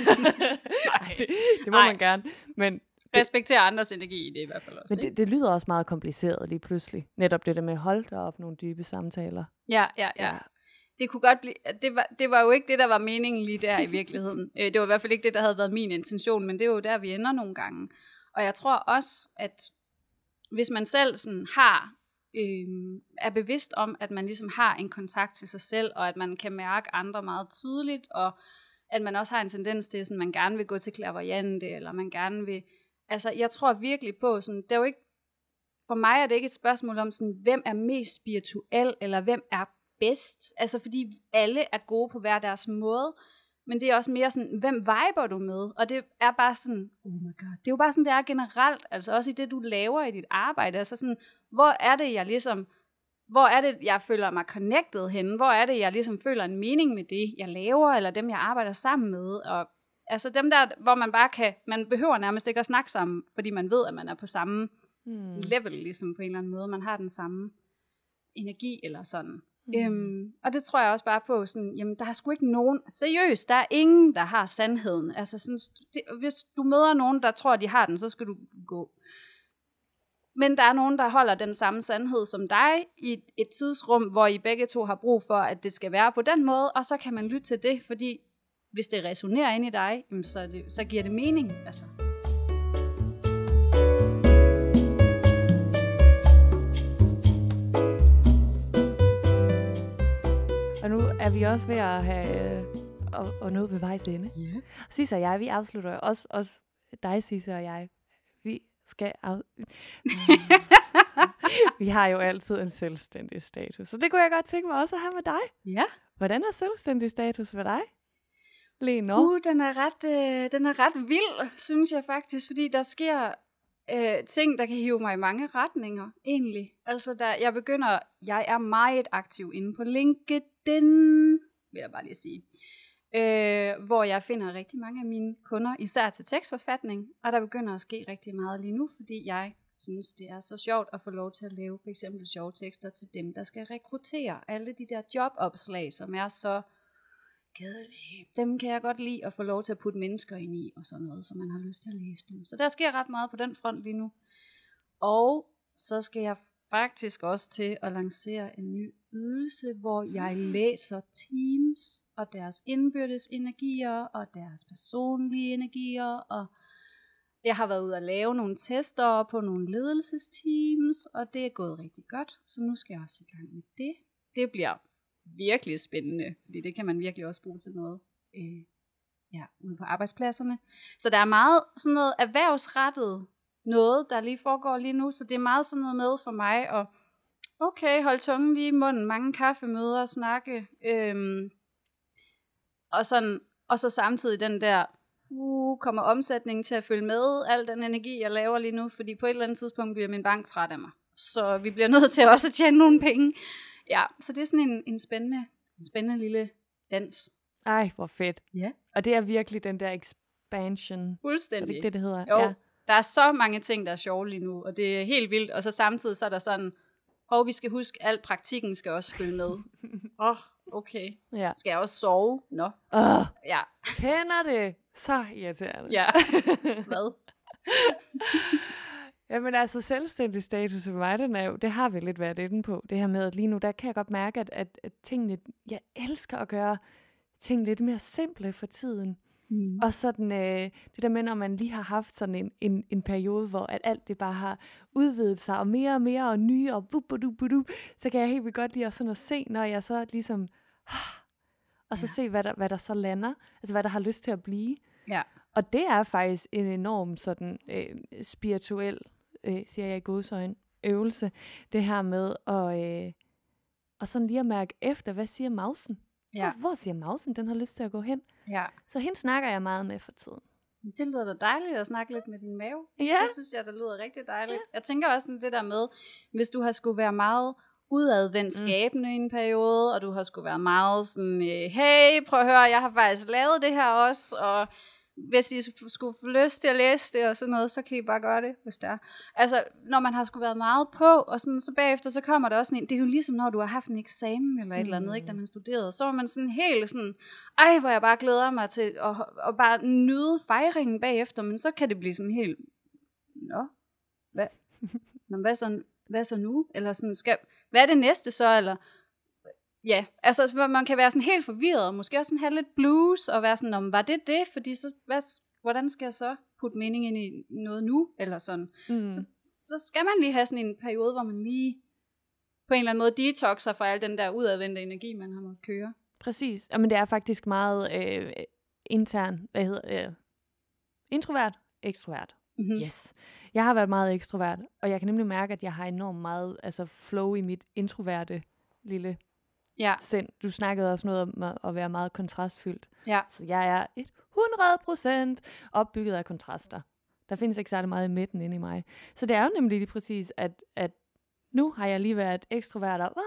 Nej, det, det må Ej. man gerne. Men respektere andres energi i det i hvert fald også. Men det, det lyder også meget kompliceret lige pludselig. Netop det der med at holde dig op nogle dybe samtaler. Ja, ja, ja. ja. Det kunne godt blive, det var, det var jo ikke det, der var meningen lige der i virkeligheden. Det var i hvert fald ikke det, der havde været min intention, men det er jo der, vi ender nogle gange. Og jeg tror også, at hvis man selv sådan har, øh, er bevidst om, at man ligesom har en kontakt til sig selv, og at man kan mærke andre meget tydeligt, og at man også har en tendens til, at man gerne vil gå til clairvoyante, eller man gerne vil, altså jeg tror virkelig på, sådan, det er jo ikke, for mig er det ikke et spørgsmål om, sådan, hvem er mest spirituel, eller hvem er bedst, altså fordi alle er gode på hver deres måde, men det er også mere sådan, hvem viber du med? Og det er bare sådan, oh my god, det er jo bare sådan, det er generelt, altså også i det, du laver i dit arbejde, altså sådan, hvor er det, jeg ligesom, hvor er det, jeg føler mig connected henne? Hvor er det, jeg ligesom føler en mening med det, jeg laver, eller dem, jeg arbejder sammen med, og altså dem der, hvor man bare kan, man behøver nærmest ikke at snakke sammen, fordi man ved, at man er på samme hmm. level, ligesom på en eller anden måde, man har den samme energi, eller sådan. Mm. Øhm, og det tror jeg også bare på, sådan, jamen der er sgu ikke nogen, seriøst, der er ingen, der har sandheden. Altså sådan, det, hvis du møder nogen, der tror, de har den, så skal du gå. Men der er nogen, der holder den samme sandhed som dig, i et, et tidsrum, hvor I begge to har brug for, at det skal være på den måde, og så kan man lytte til det, fordi hvis det resonerer ind i dig, jamen, så, det, så giver det mening, altså. Og nu er vi også ved at have øh, og, og noget ved vejs ende. Yeah. Sisse og jeg, vi afslutter også, også dig, Sisse og jeg. Vi skal af... vi har jo altid en selvstændig status, så det kunne jeg godt tænke mig også at have med dig. Ja. Hvordan er selvstændig status med dig, Lene? Uh, den er ret, øh, den er ret vild, synes jeg faktisk, fordi der sker øh, ting, der kan hive mig i mange retninger, egentlig. Altså, der, jeg begynder, jeg er meget aktiv inde på LinkedIn, vil jeg bare lige sige, øh, hvor jeg finder rigtig mange af mine kunder, især til tekstforfatning, og der begynder at ske rigtig meget lige nu, fordi jeg synes, det er så sjovt at få lov til at lave for eksempel sjove tekster til dem, der skal rekruttere alle de der jobopslag, som er så kedelige. Dem kan jeg godt lide at få lov til at putte mennesker ind i, og sådan noget, så man har lyst til at læse dem. Så der sker ret meget på den front lige nu. Og så skal jeg faktisk også til at lancere en ny ydelse, hvor jeg læser teams, og deres indbyrdes energier, og deres personlige energier, og jeg har været ude at lave nogle tester på nogle ledelsesteams, og det er gået rigtig godt, så nu skal jeg også i gang med det. Det bliver virkelig spændende, fordi det kan man virkelig også bruge til noget. Øh, ja, ude på arbejdspladserne. Så der er meget sådan noget erhvervsrettet noget, der lige foregår lige nu, så det er meget sådan noget med for mig at, okay, holde tungen lige i munden, mange kaffemøder, snakke, øhm, og, sådan, og så samtidig den der, uh, kommer omsætningen til at følge med, al den energi, jeg laver lige nu, fordi på et eller andet tidspunkt bliver min bank træt af mig. Så vi bliver nødt til også at tjene nogle penge. Ja, så det er sådan en, en, spændende, en spændende lille dans. Ej, hvor fedt. Ja. Og det er virkelig den der expansion. Fuldstændig. Er det ikke det, det hedder? Jo, ja. Der er så mange ting, der er sjove lige nu, og det er helt vildt. Og så samtidig så er der sådan, og vi skal huske, al praktikken skal også følge med. Åh, oh, okay. Ja. Skal jeg også sove? Nå. Åh, Ja. kender det. Så irriterende. Ja. Hvad? Jamen altså, selvstændig status for mig, den er jo, det har vi lidt været inde på. Det her med, at lige nu, der kan jeg godt mærke, at, at, at tingene, jeg elsker at gøre ting lidt mere simple for tiden. Mm. Og sådan øh, det der med, når man lige har haft sådan en, en, en periode, hvor at alt det bare har udvidet sig, og mere og mere, og nye, og bu, bu, bu, bu, bu, så kan jeg helt vildt godt lide at, sådan at se, når jeg så ligesom, og så ja. se, hvad der, hvad der så lander, altså hvad der har lyst til at blive. Ja. Og det er faktisk en enorm sådan øh, spirituel, øh, siger jeg i godsøjne, øvelse, det her med at, øh, og sådan lige at mærke efter, hvad siger mausen? Ja. Hvor, hvor siger mausen, den har lyst til at gå hen? Ja. Så hende snakker jeg meget med for tiden. Det lyder da dejligt at snakke lidt med din mave. Ja. Det synes jeg, der lyder rigtig dejligt. Ja. Jeg tænker også sådan det der med, hvis du har skulle være meget udadvendt skabende mm. i en periode, og du har skulle være meget sådan, hey, prøv at høre, jeg har faktisk lavet det her også, og hvis I skulle få lyst til at læse det og sådan noget, så kan I bare gøre det, hvis det er. Altså, når man har skulle været meget på, og sådan, så bagefter, så kommer der også en, det er jo ligesom, når du har haft en eksamen eller et mm. eller andet, ikke, da man studerede, så var man sådan helt sådan, ej, hvor jeg bare glæder mig til at, at bare nyde fejringen bagefter, men så kan det blive sådan helt, nå, hvad, nå, hvad, så, hvad så nu? Eller sådan, skal, hvad er det næste så, eller... Ja, altså man kan være sådan helt forvirret, og måske også sådan have lidt blues, og være sådan, om var det det? Fordi så, hvad, hvordan skal jeg så putte mening ind i noget nu? Eller sådan. Mm. Så, så skal man lige have sådan en periode, hvor man lige på en eller anden måde detoxer fra al den der udadvendte energi, man har måttet køre. Præcis. Jamen det er faktisk meget øh, intern, hvad hedder øh, introvert, ekstrovert. Mm-hmm. Yes. Jeg har været meget ekstrovert, og jeg kan nemlig mærke, at jeg har enormt meget altså flow i mit introverte lille ja. sind. Du snakkede også noget om at være meget kontrastfyldt. Ja. Så jeg er hundrede procent opbygget af kontraster. Der findes ikke særlig meget i midten inde i mig. Så det er jo nemlig lige præcis, at, at nu har jeg lige været ekstrovert, og,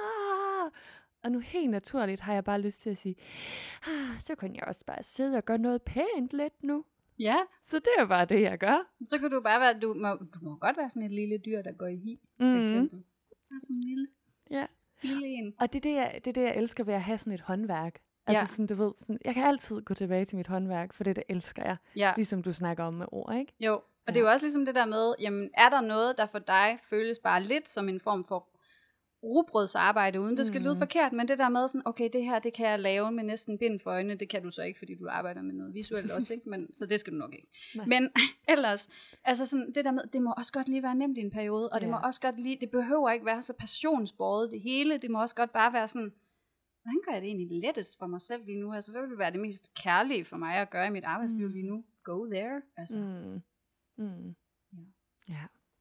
og nu helt naturligt har jeg bare lyst til at sige, ah, så kan jeg også bare sidde og gøre noget pænt lidt nu. Ja. Så det er bare det, jeg gør. Så kan du bare være, du må, du må godt være sådan et lille dyr, der går i hi, for mm-hmm. eksempel. Der er sådan en lille, ja. lille en. Og det er det, jeg, det er det, jeg elsker ved at have sådan et håndværk. Altså ja. sådan, du ved, sådan, jeg kan altid gå tilbage til mit håndværk, for det, det elsker jeg. Ja. Ligesom du snakker om med ord, ikke? Jo, og ja. det er jo også ligesom det der med, jamen, er der noget, der for dig føles bare lidt som en form for rugbrødsarbejde, uden det skal mm. lyde forkert, men det der med sådan, okay, det her, det kan jeg lave med næsten bind for øjnene, det kan du så ikke, fordi du arbejder med noget visuelt også, ikke? Men, så det skal du nok ikke. Nej. Men ellers, altså sådan, det der med, det må også godt lige være nemt i en periode, og det ja. må også godt lige, det behøver ikke være så passionsbåret det hele, det må også godt bare være sådan, hvordan gør jeg det egentlig lettest for mig selv lige nu? Altså, hvad vil være det mest kærlige for mig at gøre i mit arbejdsliv mm. lige nu? Go there, altså. Mm. Mm. Ja. ja.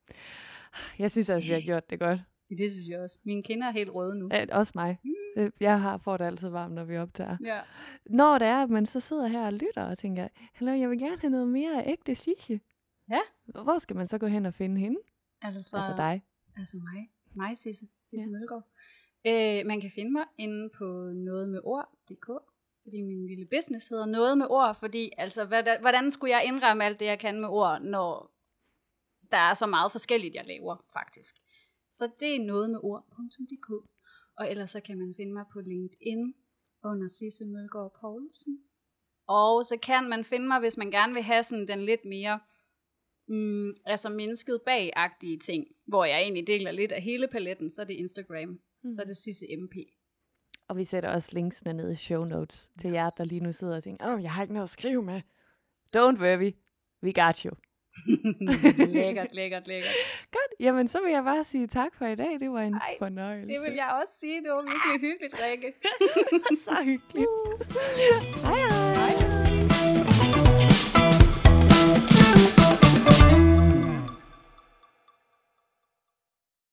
Jeg synes også, vi har gjort det godt. Det synes jeg også. Mine kinder er helt røde nu. Ja, også mig. Mm. Jeg har får det altid varmt, når vi optager. Ja. Når det er, at man så sidder her og lytter og tænker, hallo, jeg vil gerne have noget mere ægte Sisje. Ja. Hvor skal man så gå hen og finde hende? Altså, altså dig. Altså mig. Mig, Sisse. Sisse ja. Mølgaard. Øh, man kan finde mig inde på noget med ord punktum d k, fordi min lille business hedder noget med ord, fordi altså, hvordan, hvordan skulle jeg indramme alt det, jeg kan med ord, når der er så meget forskelligt, jeg laver, faktisk. Så det er noget med ord punktum d k. Og ellers så kan man finde mig på LinkedIn under Sisse Mølgaard Poulsen. Og så kan man finde mig, hvis man gerne vil have sådan den lidt mere mm, altså mennesket bag-agtige ting, hvor jeg egentlig deler lidt af hele paletten, så er det Instagram. Mm. Så er det Sisse M P. Og vi sætter også linksene ned i show notes til yes. jer, der lige nu sidder og tænker, åh, oh, jeg har ikke noget at skrive med. Don't worry, we got you. lækkert, lækkert, lækkert. Godt, jamen så vil jeg bare sige tak for i dag. Det var en Ej, fornøjelse. Det vil jeg også sige. Det var virkelig hyggeligt, Rikke. Så hyggeligt. Hej.